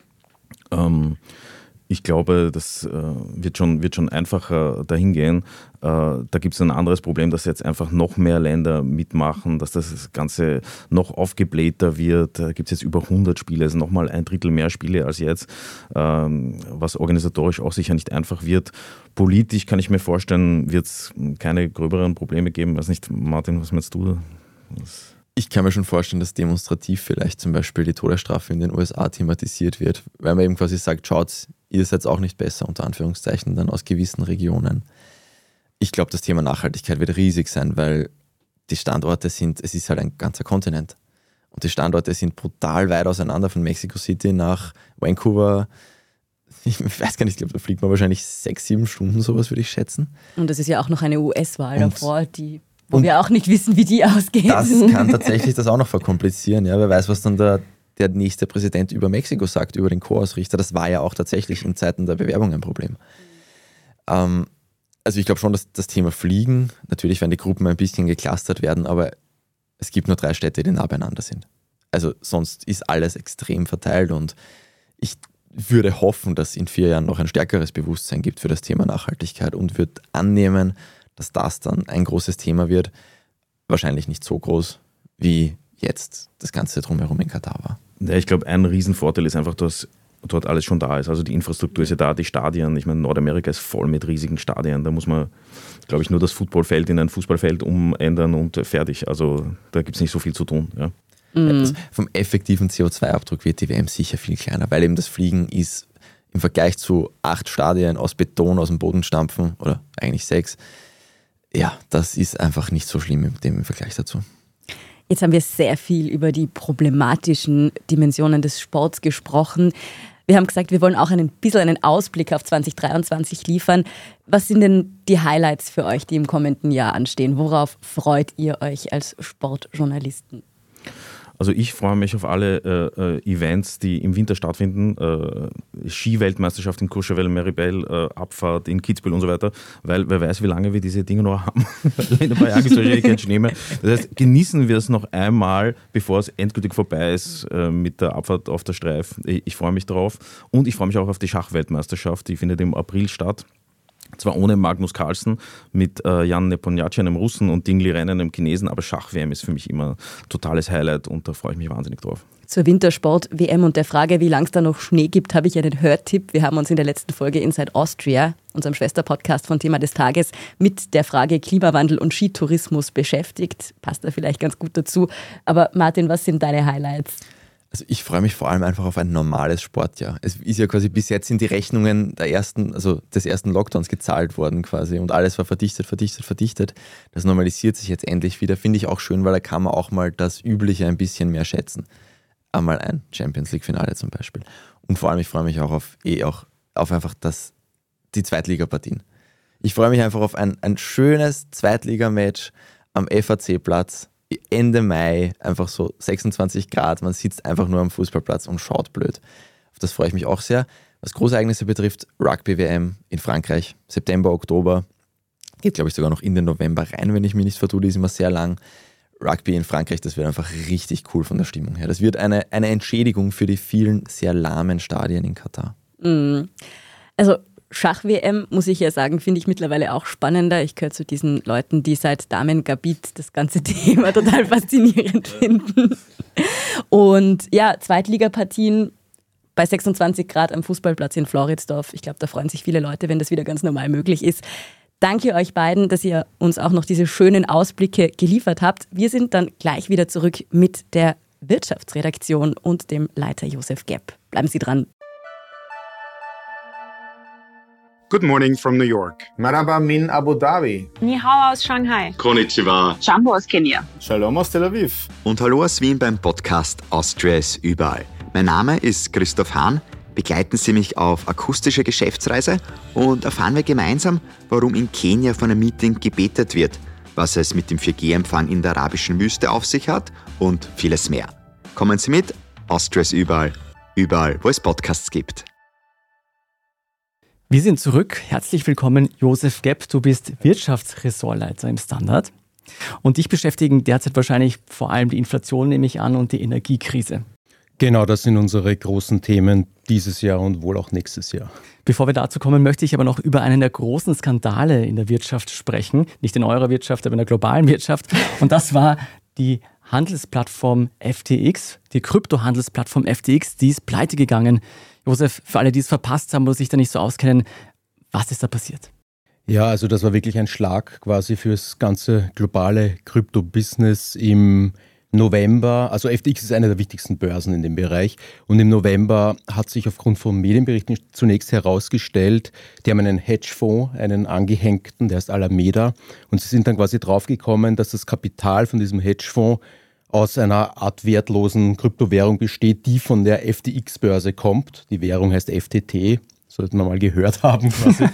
Ich glaube, das wird schon einfacher dahin gehen. Da gibt es ein anderes Problem, dass jetzt einfach noch mehr Länder mitmachen, dass das Ganze noch aufgeblähter wird. Da gibt es jetzt über 100 Spiele, also nochmal 1/3 mehr Spiele als jetzt, was organisatorisch auch sicher nicht einfach wird. Politisch kann ich mir vorstellen, wird es keine gröberen Probleme geben. Weiß nicht, Martin, was meinst du? Ich kann mir schon vorstellen, dass demonstrativ vielleicht zum Beispiel die Todesstrafe in den USA thematisiert wird, weil man eben quasi sagt, schaut, ihr seid auch nicht besser, unter Anführungszeichen, dann aus gewissen Regionen. Ich glaube, das Thema Nachhaltigkeit wird riesig sein, weil die Standorte es ist halt ein ganzer Kontinent. Und die Standorte sind brutal weit auseinander, von Mexico City nach Vancouver. Ich weiß gar nicht, ich glaube, da fliegt man wahrscheinlich 6-7 Stunden, sowas würde ich schätzen. Und das ist ja auch noch eine US-Wahl davor, wo wir auch nicht wissen, wie die ausgeht. Das kann tatsächlich das auch noch verkomplizieren. Ja, wer weiß, was dann der nächste Präsident über Mexiko sagt, über den Co-Ausrichter. Das war ja auch tatsächlich in Zeiten der Bewerbung ein Problem. Also ich glaube schon, dass das Thema Fliegen, natürlich werden die Gruppen ein bisschen geclustert werden, aber es gibt nur 3 Städte, die nah beieinander sind. Also sonst ist alles extrem verteilt und ich würde hoffen, dass in 4 Jahren noch ein stärkeres Bewusstsein gibt für das Thema Nachhaltigkeit und würde annehmen, dass das dann ein großes Thema wird. Wahrscheinlich nicht so groß, wie jetzt das Ganze drumherum in Katar war. Ja, ich glaube, ein Riesenvorteil ist einfach, dass dort alles schon da ist. Also die Infrastruktur ist ja da, die Stadien. Ich meine, Nordamerika ist voll mit riesigen Stadien. Da muss man, glaube ich, nur das Footballfeld in ein Fußballfeld umändern und fertig. Also da gibt es nicht so viel zu tun. Ja. Vom effektiven CO2-Abdruck wird die WM sicher viel kleiner, weil eben das Fliegen ist im Vergleich zu 8 Stadien aus Beton aus dem Boden stampfen, oder eigentlich 6, ja, das ist einfach nicht so schlimm im Vergleich dazu. Jetzt haben wir sehr viel über die problematischen Dimensionen des Sports gesprochen. Wir haben gesagt, wir wollen auch ein bisschen einen Ausblick auf 2023 liefern. Was sind denn die Highlights für euch, die im kommenden Jahr anstehen? Worauf freut ihr euch als Sportjournalisten? Also ich freue mich auf alle Events, die im Winter stattfinden. Ski-Weltmeisterschaft in Courchevel, Meribel, Abfahrt in Kitzbühel und so weiter. Weil wer weiß, wie lange wir diese Dinge noch haben. In ein paar Jahren gibt es wahrscheinlich keinen Schnee mehr. Das heißt, genießen wir es noch einmal, bevor es endgültig vorbei ist mit der Abfahrt auf der Streif. Ich freue mich darauf. Und ich freue mich auch auf die Schachweltmeisterschaft. Die findet im April statt. Zwar ohne Magnus Carlsen, mit Jan Nepomniachtchi, einem Russen, und Ding Liren, einem Chinesen, aber Schach-WM ist für mich immer ein totales Highlight und da freue ich mich wahnsinnig drauf. Zur Wintersport-WM und der Frage, wie lange es da noch Schnee gibt, habe ich einen Hörtipp. Wir haben uns in der letzten Folge Inside Austria, unserem Schwesterpodcast von Thema des Tages, mit der Frage Klimawandel und Skitourismus beschäftigt. Passt da vielleicht ganz gut dazu. Aber Martin, was sind deine Highlights? Also ich freue mich vor allem einfach auf ein normales Sportjahr. Es ist ja quasi bis jetzt sind die Rechnungen des ersten Lockdowns gezahlt worden quasi und alles war verdichtet. Das normalisiert sich jetzt endlich wieder. Finde ich auch schön, weil da kann man auch mal das Übliche ein bisschen mehr schätzen. Einmal ein Champions-League-Finale zum Beispiel. Und vor allem, ich freue mich auch auf einfach die Zweitligapartien. Ich freue mich einfach auf ein schönes Zweitligamatch am FAC-Platz. Ende Mai, einfach so 26 Grad, man sitzt einfach nur am Fußballplatz und schaut blöd. Auf das freue ich mich auch sehr. Was Großereignisse betrifft, Rugby-WM in Frankreich, September, Oktober, geht glaube ich sogar noch in den November rein, wenn ich mich nicht vertue, die ist immer sehr lang. Rugby in Frankreich, das wird einfach richtig cool von der Stimmung her. Das wird eine Entschädigung für die vielen sehr lahmen Stadien in Katar. Also Schach-WM, muss ich ja sagen, finde ich mittlerweile auch spannender. Ich gehöre zu diesen Leuten, die seit Damen-Gambit das ganze Thema total faszinierend finden. Und ja, Zweitligapartien bei 26 Grad am Fußballplatz in Floridsdorf. Ich glaube, da freuen sich viele Leute, wenn das wieder ganz normal möglich ist. Danke euch beiden, dass ihr uns auch noch diese schönen Ausblicke geliefert habt. Wir sind dann gleich wieder zurück mit der Wirtschaftsredaktion und dem Leiter Josef Gepp. Bleiben Sie dran. Good morning from New York. Marhaba min Abu Dhabi. Ni hao aus Shanghai. Konnichiwa. Jambo aus Kenia. Shalom aus Tel Aviv. Und hallo aus Wien beim Podcast Austria ist überall. Mein Name ist Christoph Hahn. Begleiten Sie mich auf akustische Geschäftsreise und erfahren wir gemeinsam, warum in Kenia von einem Meeting gebetet wird, was es mit dem 4G-Empfang in der arabischen Wüste auf sich hat und vieles mehr. Kommen Sie mit, Austria ist überall, wo es Podcasts gibt. Wir sind zurück. Herzlich willkommen, Josef Gepp. Du bist Wirtschaftsressortleiter im Standard. Und dich beschäftigen derzeit wahrscheinlich vor allem die Inflation, nehme ich an, und die Energiekrise. Genau, das sind unsere großen Themen dieses Jahr und wohl auch nächstes Jahr. Bevor wir dazu kommen, möchte ich aber noch über einen der großen Skandale in der Wirtschaft sprechen. Nicht in eurer Wirtschaft, aber in der globalen Wirtschaft. Und das war die Handelsplattform FTX, die Kryptohandelsplattform FTX, die ist pleite gegangen. Josef, für alle, die es verpasst haben oder sich da nicht so auskennen, was ist da passiert? Ja, also das war wirklich ein Schlag quasi fürs ganze globale Krypto-Business im November. Also FTX ist eine der wichtigsten Börsen in dem Bereich. Und im November hat sich aufgrund von Medienberichten zunächst herausgestellt, die haben einen Hedgefonds, einen angehängten, der heißt Alameda. Und sie sind dann quasi draufgekommen, dass das Kapital von diesem Hedgefonds aus einer Art wertlosen Kryptowährung besteht, die von der FTX-Börse kommt. Die Währung heißt FTT, sollten wir mal gehört haben quasi.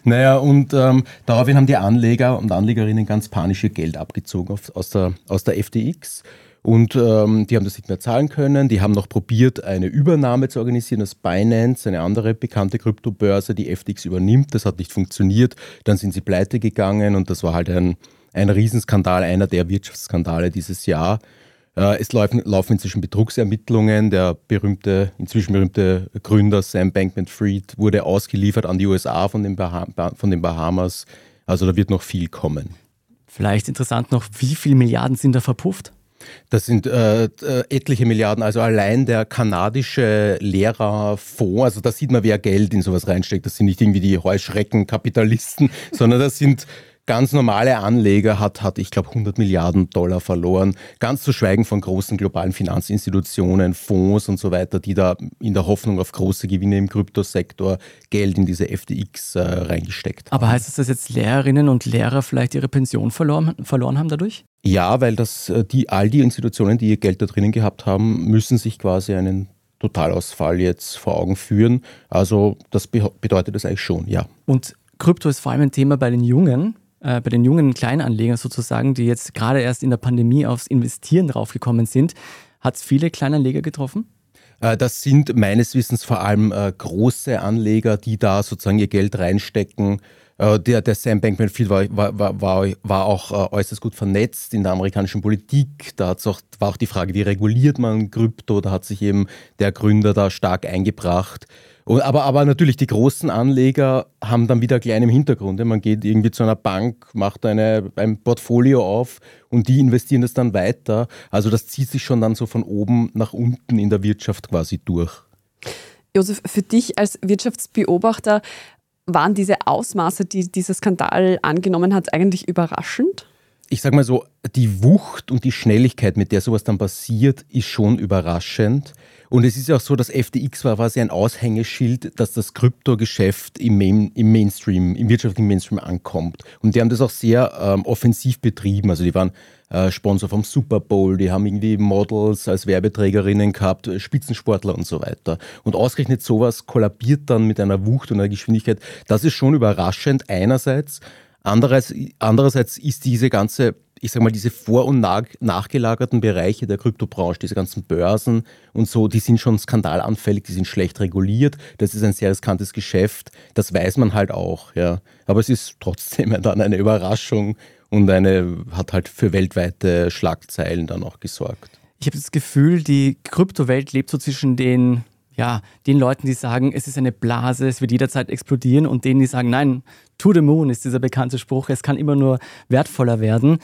Und daraufhin haben die Anleger und Anlegerinnen ganz panisch ihr Geld abgezogen aus der FTX. Und die haben das nicht mehr zahlen können. Die haben noch probiert, eine Übernahme zu organisieren, dass Binance, eine andere bekannte Kryptobörse, die FTX übernimmt. Das hat nicht funktioniert. Dann sind sie pleite gegangen und das war halt ein Riesenskandal, einer der Wirtschaftsskandale dieses Jahr. Es laufen inzwischen Betrugsermittlungen. Der inzwischen berühmte Gründer Sam Bankman-Fried wurde ausgeliefert an die USA von den Bahamas. Also da wird noch viel kommen. Vielleicht interessant noch, wie viele Milliarden sind da verpufft? Das sind etliche Milliarden. Also allein der kanadische Lehrerfonds, also da sieht man, wer Geld in sowas reinsteckt. Das sind nicht irgendwie die Heuschreckenkapitalisten, sondern das sind ganz normale Anleger, hat ich glaube, $100 Milliarden verloren. Ganz zu schweigen von großen globalen Finanzinstitutionen, Fonds und so weiter, die da in der Hoffnung auf große Gewinne im Kryptosektor Geld in diese FTX reingesteckt haben. Aber heißt das, dass jetzt Lehrerinnen und Lehrer vielleicht ihre Pension verloren haben dadurch? Ja, weil all die Institutionen, die ihr Geld da drinnen gehabt haben, müssen sich quasi einen Totalausfall jetzt vor Augen führen. Also das bedeutet das eigentlich schon, ja. Und Krypto ist vor allem ein Thema bei den jungen Kleinanlegern sozusagen, die jetzt gerade erst in der Pandemie aufs Investieren draufgekommen sind. Hat es viele Kleinanleger getroffen? Das sind meines Wissens vor allem große Anleger, die da sozusagen ihr Geld reinstecken. Der Sam Bankman-Fried war auch äußerst gut vernetzt in der amerikanischen Politik. Da war auch die Frage, wie reguliert man Krypto? Da hat sich eben der Gründer da stark eingebracht. Aber natürlich, die großen Anleger haben dann wieder klein im Hintergrund. Man geht irgendwie zu einer Bank, macht ein Portfolio auf und die investieren das dann weiter. Also das zieht sich schon dann so von oben nach unten in der Wirtschaft quasi durch. Josef, für dich als Wirtschaftsbeobachter, waren diese Ausmaße, die dieser Skandal angenommen hat, eigentlich überraschend? Ich sage mal so, die Wucht und die Schnelligkeit, mit der sowas dann passiert, ist schon überraschend. Und es ist ja auch so, dass FTX war quasi ein Aushängeschild, dass das Kryptogeschäft im Mainstream, im wirtschaftlichen Mainstream ankommt. Und die haben das auch sehr offensiv betrieben. Also die waren Sponsor vom Super Bowl, die haben irgendwie Models als Werbeträgerinnen gehabt, Spitzensportler und so weiter. Und ausgerechnet sowas kollabiert dann mit einer Wucht und einer Geschwindigkeit. Das ist schon überraschend einerseits. Andererseits ist diese ganze, ich sag mal, diese vor- und nachgelagerten Bereiche der Kryptobranche, diese ganzen Börsen und so, die sind schon skandalanfällig, die sind schlecht reguliert. Das ist ein sehr riskantes Geschäft. Das weiß man halt auch, ja. Aber es ist trotzdem dann eine Überraschung und hat halt für weltweite Schlagzeilen dann auch gesorgt. Ich habe das Gefühl, die Kryptowelt lebt so zwischen den Leuten, die sagen, es ist eine Blase, es wird jederzeit explodieren, und denen, die sagen, nein, to the moon ist dieser bekannte Spruch, es kann immer nur wertvoller werden.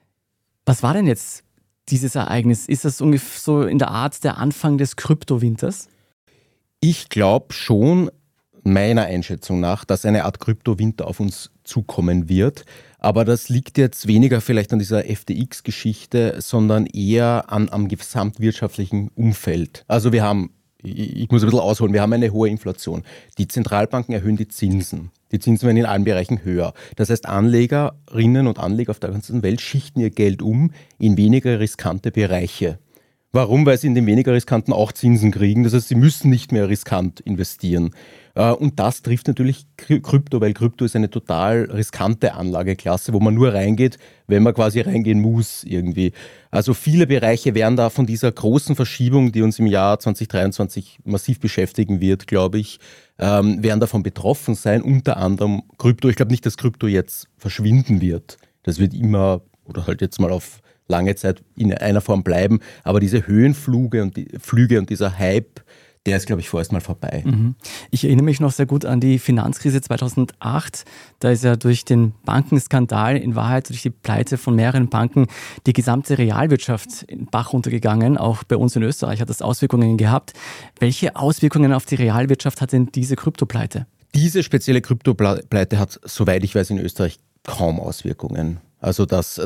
Was war denn jetzt dieses Ereignis? Ist das ungefähr so in der Art der Anfang des Kryptowinters? Ich glaube schon, meiner Einschätzung nach, dass eine Art Kryptowinter auf uns zukommen wird. Aber das liegt jetzt weniger vielleicht an dieser FTX-Geschichte, sondern eher am gesamtwirtschaftlichen Umfeld. Also ich muss ein bisschen ausholen, wir haben eine hohe Inflation. Die Zentralbanken erhöhen die Zinsen. Die Zinsen werden in allen Bereichen höher. Das heißt, Anlegerinnen und Anleger auf der ganzen Welt schichten ihr Geld um in weniger riskante Bereiche. Warum? Weil sie in den weniger riskanten auch Zinsen kriegen. Das heißt, sie müssen nicht mehr riskant investieren. Und das trifft natürlich Krypto, weil Krypto ist eine total riskante Anlageklasse, wo man nur reingeht, wenn man quasi reingehen muss irgendwie. Also viele Bereiche werden da von dieser großen Verschiebung, die uns im Jahr 2023 massiv beschäftigen wird, glaube ich, werden davon betroffen sein, unter anderem Krypto. Ich glaube nicht, dass Krypto jetzt verschwinden wird. Das wird immer oder halt jetzt mal auf lange Zeit in einer Form bleiben. Aber diese Höhenflüge und dieser Hype, der ist, glaube ich, vorerst mal vorbei. Ich erinnere mich noch sehr gut an die Finanzkrise 2008. Da ist ja durch den Bankenskandal, in Wahrheit durch die Pleite von mehreren Banken, die gesamte Realwirtschaft in den Bach runtergegangen. Auch bei uns in Österreich hat das Auswirkungen gehabt. Welche Auswirkungen auf die Realwirtschaft hat denn diese Kryptopleite? Diese spezielle Kryptopleite hat, soweit ich weiß, in Österreich kaum Auswirkungen. Also das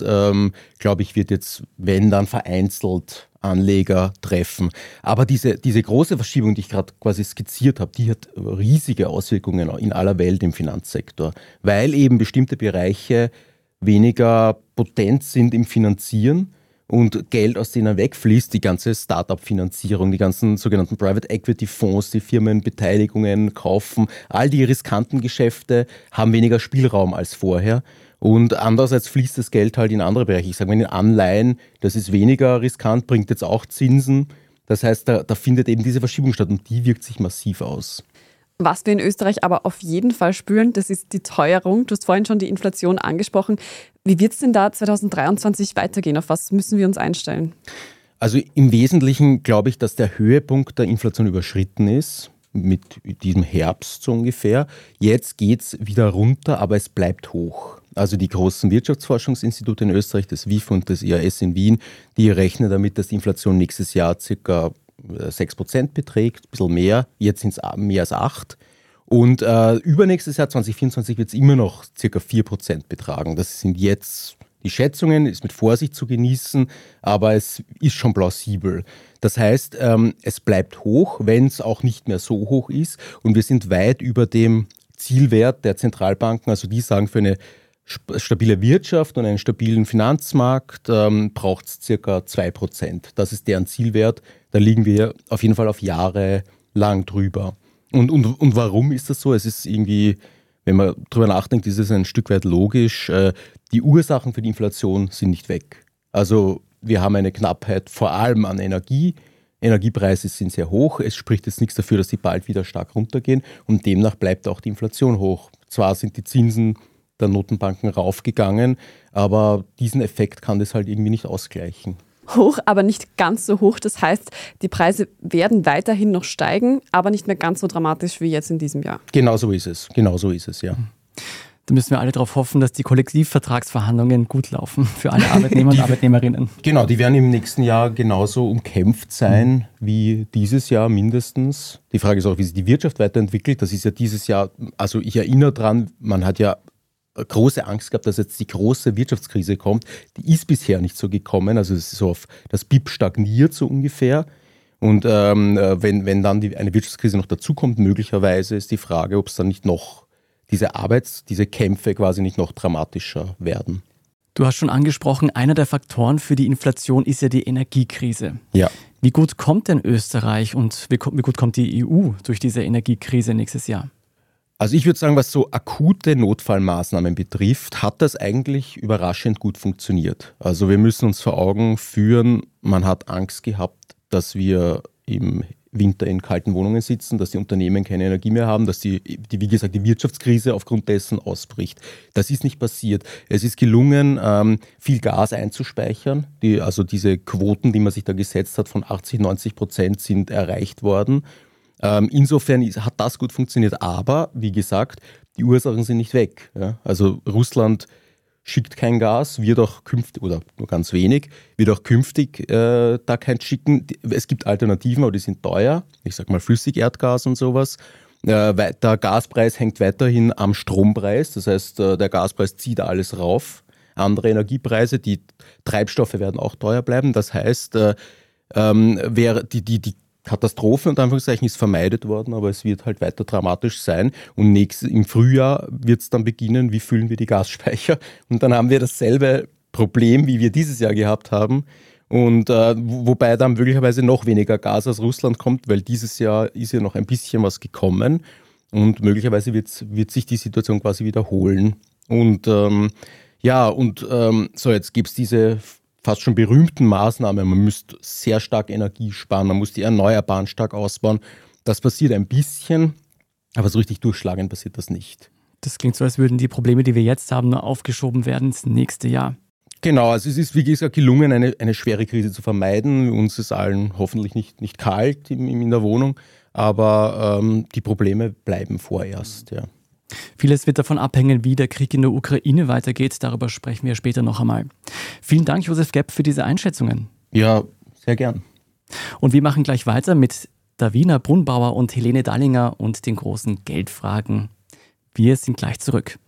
glaube ich, wird jetzt, wenn dann vereinzelt Anleger treffen. Aber diese große Verschiebung, die ich gerade quasi skizziert habe, die hat riesige Auswirkungen in aller Welt im Finanzsektor, weil eben bestimmte Bereiche weniger potent sind im Finanzieren und Geld aus denen wegfließt, die ganze Start-up-Finanzierung, die ganzen sogenannten Private Equity-Fonds, die Firmen Beteiligungen kaufen, all die riskanten Geschäfte haben weniger Spielraum als vorher. Und andererseits fließt das Geld halt in andere Bereiche. Ich sage mal, in Anleihen, das ist weniger riskant, bringt jetzt auch Zinsen. Das heißt, da findet eben diese Verschiebung statt und die wirkt sich massiv aus. Was wir in Österreich aber auf jeden Fall spüren, das ist die Teuerung. Du hast vorhin schon die Inflation angesprochen. Wie wird es denn da 2023 weitergehen? Auf was müssen wir uns einstellen? Also im Wesentlichen glaube ich, dass der Höhepunkt der Inflation überschritten ist. Mit diesem Herbst so ungefähr. Jetzt geht es wieder runter, aber es bleibt hoch. Also die großen Wirtschaftsforschungsinstitute in Österreich, das WIF und das IAS in Wien, die rechnen damit, dass die Inflation nächstes Jahr ca. 6% beträgt, ein bisschen mehr. Jetzt sind es mehr als 8%. Und übernächstes Jahr 2024 wird es immer noch ca. 4% betragen. Das sind jetzt die Schätzungen, ist mit Vorsicht zu genießen, aber es ist schon plausibel. Das heißt, es bleibt hoch, wenn es auch nicht mehr so hoch ist. Und wir sind weit über dem Zielwert der Zentralbanken. Also die sagen, für eine stabile Wirtschaft und einen stabilen Finanzmarkt braucht es ca. 2%. Das ist deren Zielwert. Da liegen wir auf jeden Fall auf Jahre lang drüber. Und warum ist das so? Es ist irgendwie, wenn man drüber nachdenkt, ist es ein Stück weit logisch. Die Ursachen für die Inflation sind nicht weg. Also wir haben eine Knappheit vor allem an Energie. Energiepreise sind sehr hoch. Es spricht jetzt nichts dafür, dass die bald wieder stark runtergehen. Und demnach bleibt auch die Inflation hoch. Zwar sind die Zinsen der Notenbanken raufgegangen, aber diesen Effekt kann das halt irgendwie nicht ausgleichen. Hoch, aber nicht ganz so hoch. Das heißt, die Preise werden weiterhin noch steigen, aber nicht mehr ganz so dramatisch wie jetzt in diesem Jahr. Genau so ist es, ja. Da müssen wir alle darauf hoffen, dass die Kollektivvertragsverhandlungen gut laufen für alle Arbeitnehmer und Arbeitnehmerinnen. Genau, die werden im nächsten Jahr genauso umkämpft sein wie dieses Jahr mindestens. Die Frage ist auch, wie sich die Wirtschaft weiterentwickelt. Das ist ja dieses Jahr, also ich erinnere daran, man hat ja große Angst gehabt, dass jetzt die große Wirtschaftskrise kommt. Die ist bisher nicht so gekommen, also es ist so auf das BIP stagniert so ungefähr. Und wenn dann eine Wirtschaftskrise noch dazukommt, möglicherweise ist die Frage, ob es dann nicht noch diese Kämpfe quasi nicht noch dramatischer werden. Du hast schon angesprochen, einer der Faktoren für die Inflation ist ja die Energiekrise. Ja. Wie gut kommt denn Österreich und wie gut kommt die EU durch diese Energiekrise nächstes Jahr? Also ich würde sagen, was so akute Notfallmaßnahmen betrifft, hat das eigentlich überraschend gut funktioniert. Also wir müssen uns vor Augen führen, man hat Angst gehabt, dass wir im Winter in kalten Wohnungen sitzen, dass die Unternehmen keine Energie mehr haben, dass wie gesagt, die Wirtschaftskrise aufgrund dessen ausbricht. Das ist nicht passiert. Es ist gelungen, viel Gas einzuspeichern. Also diese Quoten, die man sich da gesetzt hat, von 80-90% sind erreicht worden. Insofern hat das gut funktioniert. Aber, wie gesagt, die Ursachen sind nicht weg. Ja? Also Russland schickt kein Gas, wird auch künftig, oder nur ganz wenig, wird auch künftig da kein schicken. Es gibt Alternativen, aber die sind teuer. Ich sag mal Flüssigerdgas und sowas. Der Gaspreis hängt weiterhin am Strompreis. Das heißt, der Gaspreis zieht alles rauf. Andere Energiepreise, die Treibstoffe werden auch teuer bleiben. Das heißt, die Katastrophe unter Anführungszeichen ist vermeidet worden, aber es wird halt weiter dramatisch sein. Und im Frühjahr wird es dann beginnen, wie füllen wir die Gasspeicher? Und dann haben wir dasselbe Problem, wie wir dieses Jahr gehabt haben. Und wobei dann möglicherweise noch weniger Gas aus Russland kommt, weil dieses Jahr ist ja noch ein bisschen was gekommen. Und möglicherweise wird sich die Situation quasi wiederholen. Und so jetzt gibt es diese fast schon berühmten Maßnahmen. Man müsste sehr stark Energie sparen, man muss die Erneuerbaren stark ausbauen. Das passiert ein bisschen, aber so richtig durchschlagend passiert das nicht. Das klingt so, als würden die Probleme, die wir jetzt haben, nur aufgeschoben werden ins nächste Jahr. Genau, also es ist, wie gesagt, gelungen, eine schwere Krise zu vermeiden. Uns ist allen hoffentlich nicht kalt in der Wohnung, aber die Probleme bleiben vorerst, ja. Vieles wird davon abhängen, wie der Krieg in der Ukraine weitergeht. Darüber sprechen wir später noch einmal. Vielen Dank, Josef Gepp, für diese Einschätzungen. Ja, sehr gern. Und wir machen gleich weiter mit Davina Brunbauer und Helene Dallinger und den großen Geldfragen. Wir sind gleich zurück.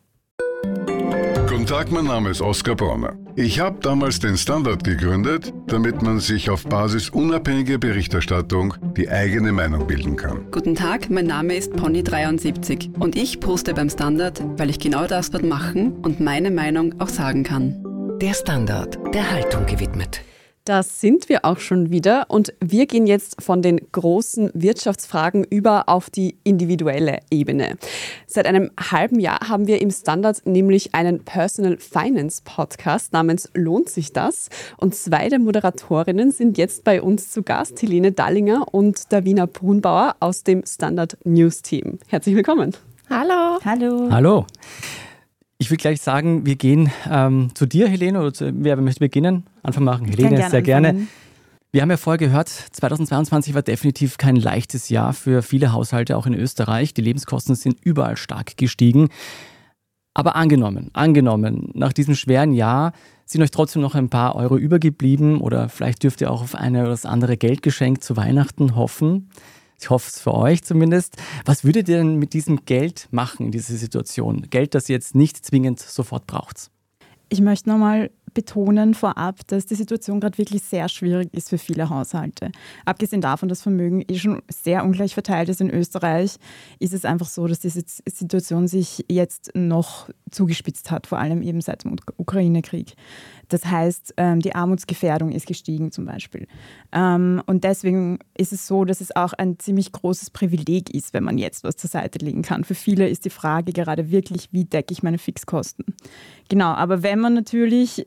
Guten Tag, mein Name ist Oskar Bronner. Ich habe damals den Standard gegründet, damit man sich auf Basis unabhängiger Berichterstattung die eigene Meinung bilden kann. Guten Tag, mein Name ist Pony73 und ich poste beim Standard, weil ich genau das dort machen und meine Meinung auch sagen kann. Der Standard, der Haltung gewidmet. Da sind wir auch schon wieder und wir gehen jetzt von den großen Wirtschaftsfragen über auf die individuelle Ebene. Seit einem halben Jahr haben wir im Standard nämlich einen Personal Finance Podcast namens Lohnt sich das? Und zwei der Moderatorinnen sind jetzt bei uns zu Gast, Helene Dallinger und Davina Brunbauer aus dem Standard News Team. Herzlich willkommen. Hallo. Hallo. Hallo. Ich will gleich sagen, wir gehen zu dir, Helene, oder wer möchte beginnen? Anfang machen. Helene, sehr gerne. Wir haben ja vorher gehört, 2022 war definitiv kein leichtes Jahr für viele Haushalte, auch in Österreich. Die Lebenskosten sind überall stark gestiegen. Aber angenommen, nach diesem schweren Jahr sind euch trotzdem noch ein paar Euro übergeblieben oder vielleicht dürft ihr auch auf eine oder das andere Geldgeschenk zu Weihnachten hoffen. Ich hoffe es für euch zumindest. Was würdet ihr denn mit diesem Geld machen in dieser Situation? Geld, das ihr jetzt nicht zwingend sofort braucht. Ich möchte nochmal betonen vorab, dass die Situation gerade wirklich sehr schwierig ist für viele Haushalte. Abgesehen davon, dass Vermögen schon sehr ungleich verteilt ist in Österreich, ist es einfach so, dass diese Situation sich jetzt noch zugespitzt hat, vor allem eben seit dem Ukraine-Krieg. Das heißt, die Armutsgefährdung ist gestiegen zum Beispiel. Und deswegen ist es so, dass es auch ein ziemlich großes Privileg ist, wenn man jetzt was zur Seite legen kann. Für viele ist die Frage gerade wirklich, wie decke ich meine Fixkosten? Genau, aber wenn man natürlich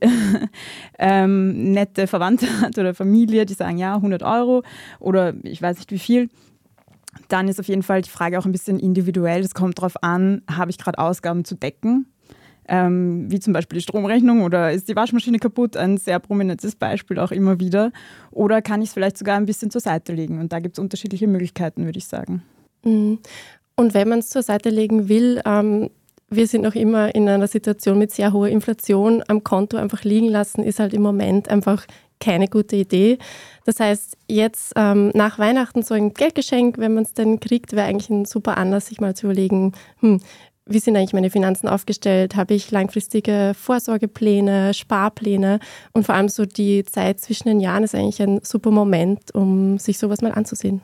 nette Verwandte hat oder Familie, die sagen, ja, 100 Euro oder ich weiß nicht wie viel, dann ist auf jeden Fall die Frage auch ein bisschen individuell. Es kommt darauf an, habe ich gerade Ausgaben zu decken? wie zum Beispiel die Stromrechnung oder ist die Waschmaschine kaputt, ein sehr prominentes Beispiel auch immer wieder. Oder kann ich es vielleicht sogar ein bisschen zur Seite legen? Und da gibt es unterschiedliche Möglichkeiten, würde ich sagen. Und wenn man es zur Seite legen will, wir sind noch immer in einer Situation mit sehr hoher Inflation. Am Konto einfach liegen lassen ist halt im Moment einfach keine gute Idee. Das heißt, jetzt nach Weihnachten so ein Geldgeschenk, wenn man es denn kriegt, wäre eigentlich ein super Anlass, sich mal zu überlegen, wie sind eigentlich meine Finanzen aufgestellt? Habe ich langfristige Vorsorgepläne, Sparpläne? Und vor allem so die Zeit zwischen den Jahren ist eigentlich ein super Moment, um sich sowas mal anzusehen.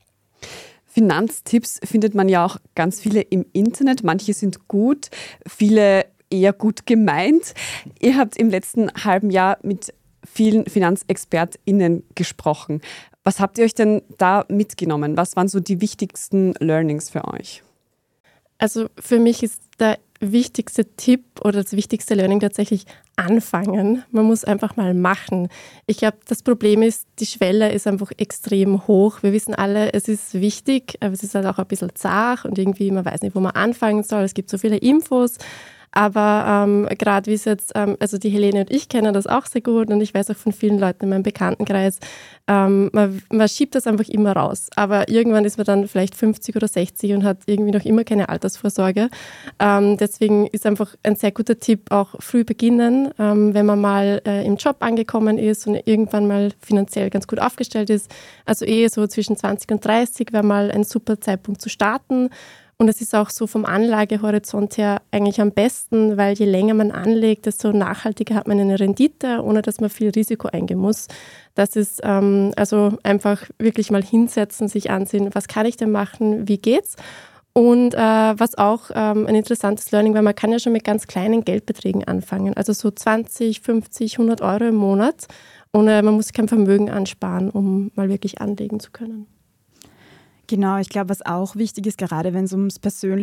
Finanztipps findet man ja auch ganz viele im Internet. Manche sind gut, viele eher gut gemeint. Ihr habt im letzten halben Jahr mit vielen FinanzexpertInnen gesprochen. Was habt ihr euch denn da mitgenommen? Was waren so die wichtigsten Learnings für euch? Also für mich ist der wichtigste Tipp oder das wichtigste Learning tatsächlich anfangen. Man muss einfach mal machen. Ich glaube, das Problem ist, die Schwelle ist einfach extrem hoch. Wir wissen alle, es ist wichtig, aber es ist halt auch ein bisschen zart und irgendwie, man weiß nicht, wo man anfangen soll. Es gibt so viele Infos. Aber gerade wie es jetzt, also die Helene und ich kennen das auch sehr gut und ich weiß auch von vielen Leuten in meinem Bekanntenkreis, man schiebt das einfach immer raus. Aber irgendwann ist man dann vielleicht 50 oder 60 und hat irgendwie noch immer keine Altersvorsorge. Deswegen ist einfach ein sehr guter Tipp auch früh beginnen, wenn man mal im Job angekommen ist und irgendwann mal finanziell ganz gut aufgestellt ist. Also so zwischen 20 und 30 wäre mal ein super Zeitpunkt zu starten. Und es ist auch so vom Anlagehorizont her eigentlich am besten, weil je länger man anlegt, desto nachhaltiger hat man eine Rendite, ohne dass man viel Risiko eingehen muss. Das ist also einfach wirklich mal hinsetzen, sich ansehen, was kann ich denn machen, wie geht's? Und was auch ein interessantes Learning war, man kann ja schon mit ganz kleinen Geldbeträgen anfangen, also so 20, 50, 100 Euro im Monat. Und man muss kein Vermögen ansparen, um mal wirklich anlegen zu können. Genau, ich glaube, was auch wichtig ist, gerade wenn es um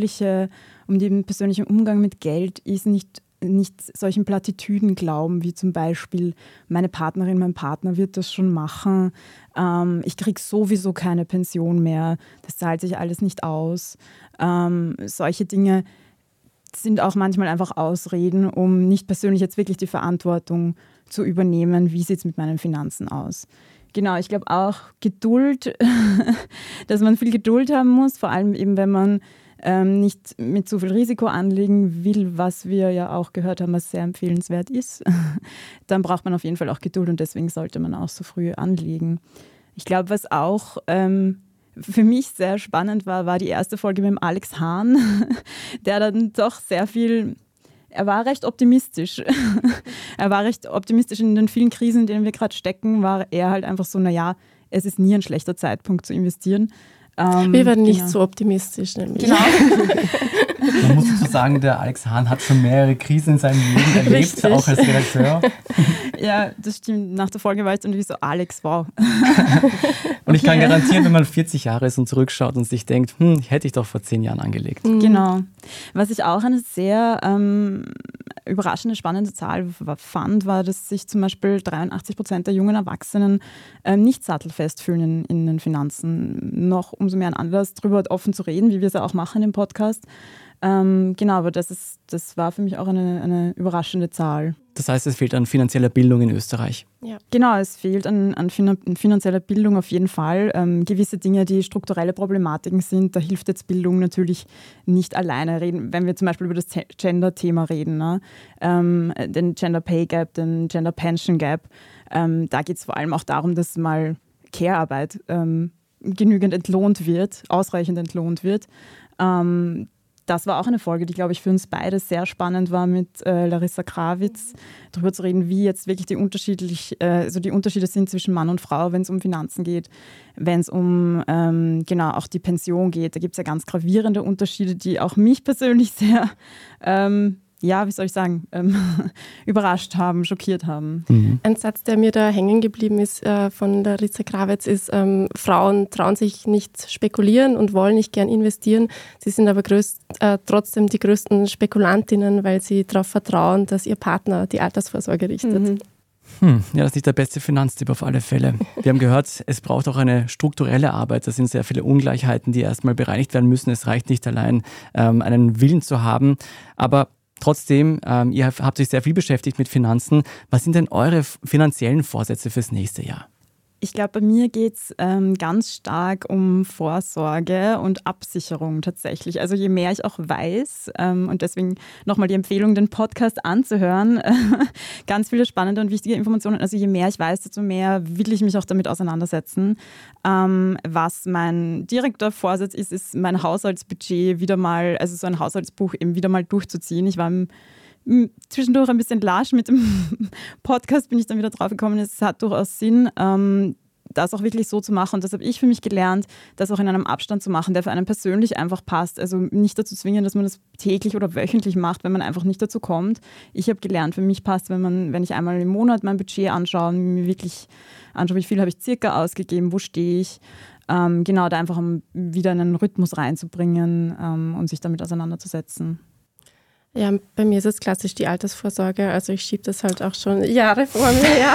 den persönlichen Umgang mit Geld ist, nicht solchen Plattitüden glauben, wie zum Beispiel meine Partnerin, mein Partner wird das schon machen, ich kriege sowieso keine Pension mehr, das zahlt sich alles nicht aus. Solche Dinge sind auch manchmal einfach Ausreden, um nicht persönlich jetzt wirklich die Verantwortung zu übernehmen, wie sieht es mit meinen Finanzen aus. Genau, ich glaube auch Geduld, dass man viel Geduld haben muss, vor allem eben, wenn man nicht mit so viel Risiko anlegen will, was wir ja auch gehört haben, was sehr empfehlenswert ist. Dann braucht man auf jeden Fall auch Geduld und deswegen sollte man auch so früh anlegen. Ich glaube, was auch für mich sehr spannend war die erste Folge mit dem Alex Hahn, der dann doch sehr viel... Er war recht optimistisch. Er war recht optimistisch in den vielen Krisen, in denen wir gerade stecken, war er halt einfach so, es ist nie ein schlechter Zeitpunkt zu investieren. Wir waren nicht so optimistisch. Nämlich. Genau. Man muss dazu sagen, der Alex Hahn hat schon mehrere Krisen in seinem Leben erlebt, Richtig. auch als Redakteur. Ja, das stimmt. Nach der Folge war ich dann wie so, Alex, wow. Und ich kann garantieren, wenn man 40 Jahre ist und zurückschaut und sich denkt, hätte ich doch vor 10 Jahren angelegt. Genau. Was ich auch eine sehr überraschende, spannende Zahl fand, war, dass sich zum Beispiel 83% der jungen Erwachsenen nicht sattelfest fühlen in den Finanzen. Noch umso mehr ein Anlass, darüber offen zu reden, wie wir es ja auch machen im Podcast. Genau, aber das war für mich auch eine überraschende Zahl. Das heißt, es fehlt an finanzieller Bildung in Österreich. Ja. Genau, es fehlt an finanzieller Bildung auf jeden Fall. Gewisse Dinge, die strukturelle Problematiken sind, da hilft jetzt Bildung natürlich nicht alleine. Wenn wir zum Beispiel über das Gender-Thema reden, ne? Den Gender Pay Gap, den Gender Pension Gap, da geht es vor allem auch darum, dass mal Care-Arbeit genügend entlohnt wird, ausreichend entlohnt wird. Das war auch eine Folge, die, glaube ich, für uns beide sehr spannend war, mit Larissa Krawitz, darüber zu reden, wie jetzt wirklich die Unterschiede sind zwischen Mann und Frau, wenn es um Finanzen geht, wenn es um auch die Pension geht. Da gibt es ja ganz gravierende Unterschiede, die auch mich persönlich sehr überrascht haben, schockiert haben. Mhm. Ein Satz, der mir da hängen geblieben ist von der Larissa Krawitz, ist, Frauen trauen sich nicht spekulieren und wollen nicht gern investieren. Sie sind aber trotzdem die größten Spekulantinnen, weil sie darauf vertrauen, dass ihr Partner die Altersvorsorge richtet. Mhm. Ja, das ist nicht der beste Finanztipp auf alle Fälle. Wir haben gehört, es braucht auch eine strukturelle Arbeit. Da sind sehr viele Ungleichheiten, die erstmal bereinigt werden müssen. Es reicht nicht allein, einen Willen zu haben. Aber Trotzdem, ihr habt euch sehr viel beschäftigt mit Finanzen. Was sind denn eure finanziellen Vorsätze fürs nächste Jahr? Ich glaube, bei mir geht es ganz stark um Vorsorge und Absicherung tatsächlich. Also je mehr ich auch weiß und deswegen nochmal die Empfehlung, den Podcast anzuhören, ganz viele spannende und wichtige Informationen. Also je mehr ich weiß, desto mehr will ich mich auch damit auseinandersetzen. Was mein direkter Vorsatz ist mein Haushaltsbudget wieder mal, also so ein Haushaltsbuch eben wieder mal durchzuziehen. Ich war zwischendurch ein bisschen lasch mit dem Podcast, bin ich dann wieder drauf gekommen, es hat durchaus Sinn, das auch wirklich so zu machen. Und das habe ich für mich gelernt, das auch in einem Abstand zu machen, der für einen persönlich einfach passt. Also nicht dazu zwingen, dass man das täglich oder wöchentlich macht, wenn man einfach nicht dazu kommt. Ich habe gelernt, für mich passt, wenn ich einmal im Monat mein Budget anschaue und mir wirklich anschaue, wie viel habe ich circa ausgegeben, wo stehe ich, genau, da einfach wieder einen Rhythmus reinzubringen und sich damit auseinanderzusetzen. Ja, bei mir ist es klassisch die Altersvorsorge. Also ich schiebe das halt auch schon Jahre vor mir her.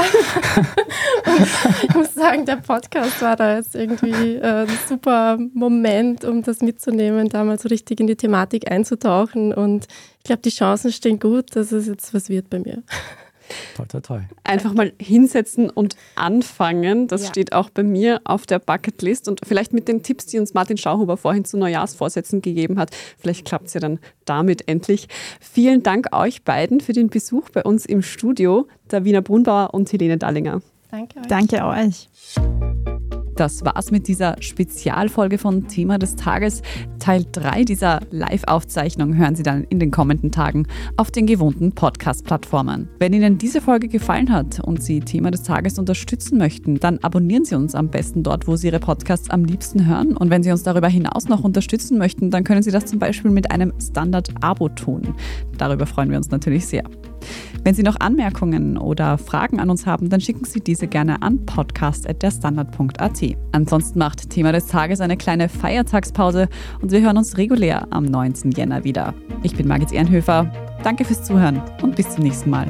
Ich muss sagen, der Podcast war da jetzt irgendwie ein super Moment, um das mitzunehmen, da mal so richtig in die Thematik einzutauchen. Und ich glaube, die Chancen stehen gut, dass es jetzt was wird bei mir. Toll. Einfach mal hinsetzen und anfangen. Das steht auch bei mir auf der Bucketlist. Und vielleicht mit den Tipps, die uns Martin Schauhuber vorhin zu Neujahrsvorsätzen gegeben hat. Vielleicht klappt es ja dann damit endlich. Vielen Dank euch beiden für den Besuch bei uns im Studio, der Wiener Brunbauer und Helene Dallinger. Danke euch. Danke euch. Das war's mit dieser Spezialfolge von Thema des Tages. Teil 3 dieser Live-Aufzeichnung hören Sie dann in den kommenden Tagen auf den gewohnten Podcast-Plattformen. Wenn Ihnen diese Folge gefallen hat und Sie Thema des Tages unterstützen möchten, dann abonnieren Sie uns am besten dort, wo Sie Ihre Podcasts am liebsten hören. Und wenn Sie uns darüber hinaus noch unterstützen möchten, dann können Sie das zum Beispiel mit einem Standard-Abo tun. Darüber freuen wir uns natürlich sehr. Wenn Sie noch Anmerkungen oder Fragen an uns haben, dann schicken Sie diese gerne an podcast@derstandard.at. Ansonsten macht Thema des Tages eine kleine Feiertagspause und wir hören uns regulär am 19. Jänner wieder. Ich bin Margit Ehrenhöfer. Danke fürs Zuhören und bis zum nächsten Mal.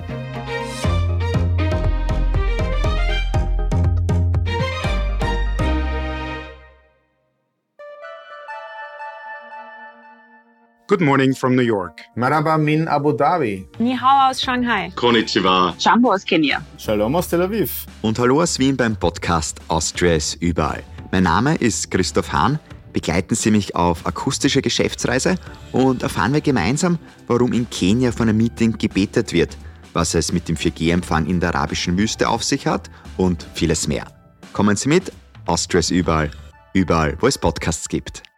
Good morning from New York. Marhaba min Abu Dhabi. Ni hao aus Shanghai. Konnichiwa. Jambo aus Kenia. Shalom aus Tel Aviv. Und hallo aus Wien beim Podcast Austria ist überall. Mein Name ist Christoph Hahn. Begleiten Sie mich auf akustische Geschäftsreise und erfahren wir gemeinsam, warum in Kenia von einem Meeting gebetet wird, was es mit dem 4G-Empfang in der arabischen Wüste auf sich hat und vieles mehr. Kommen Sie mit, Austria ist überall, wo es Podcasts gibt.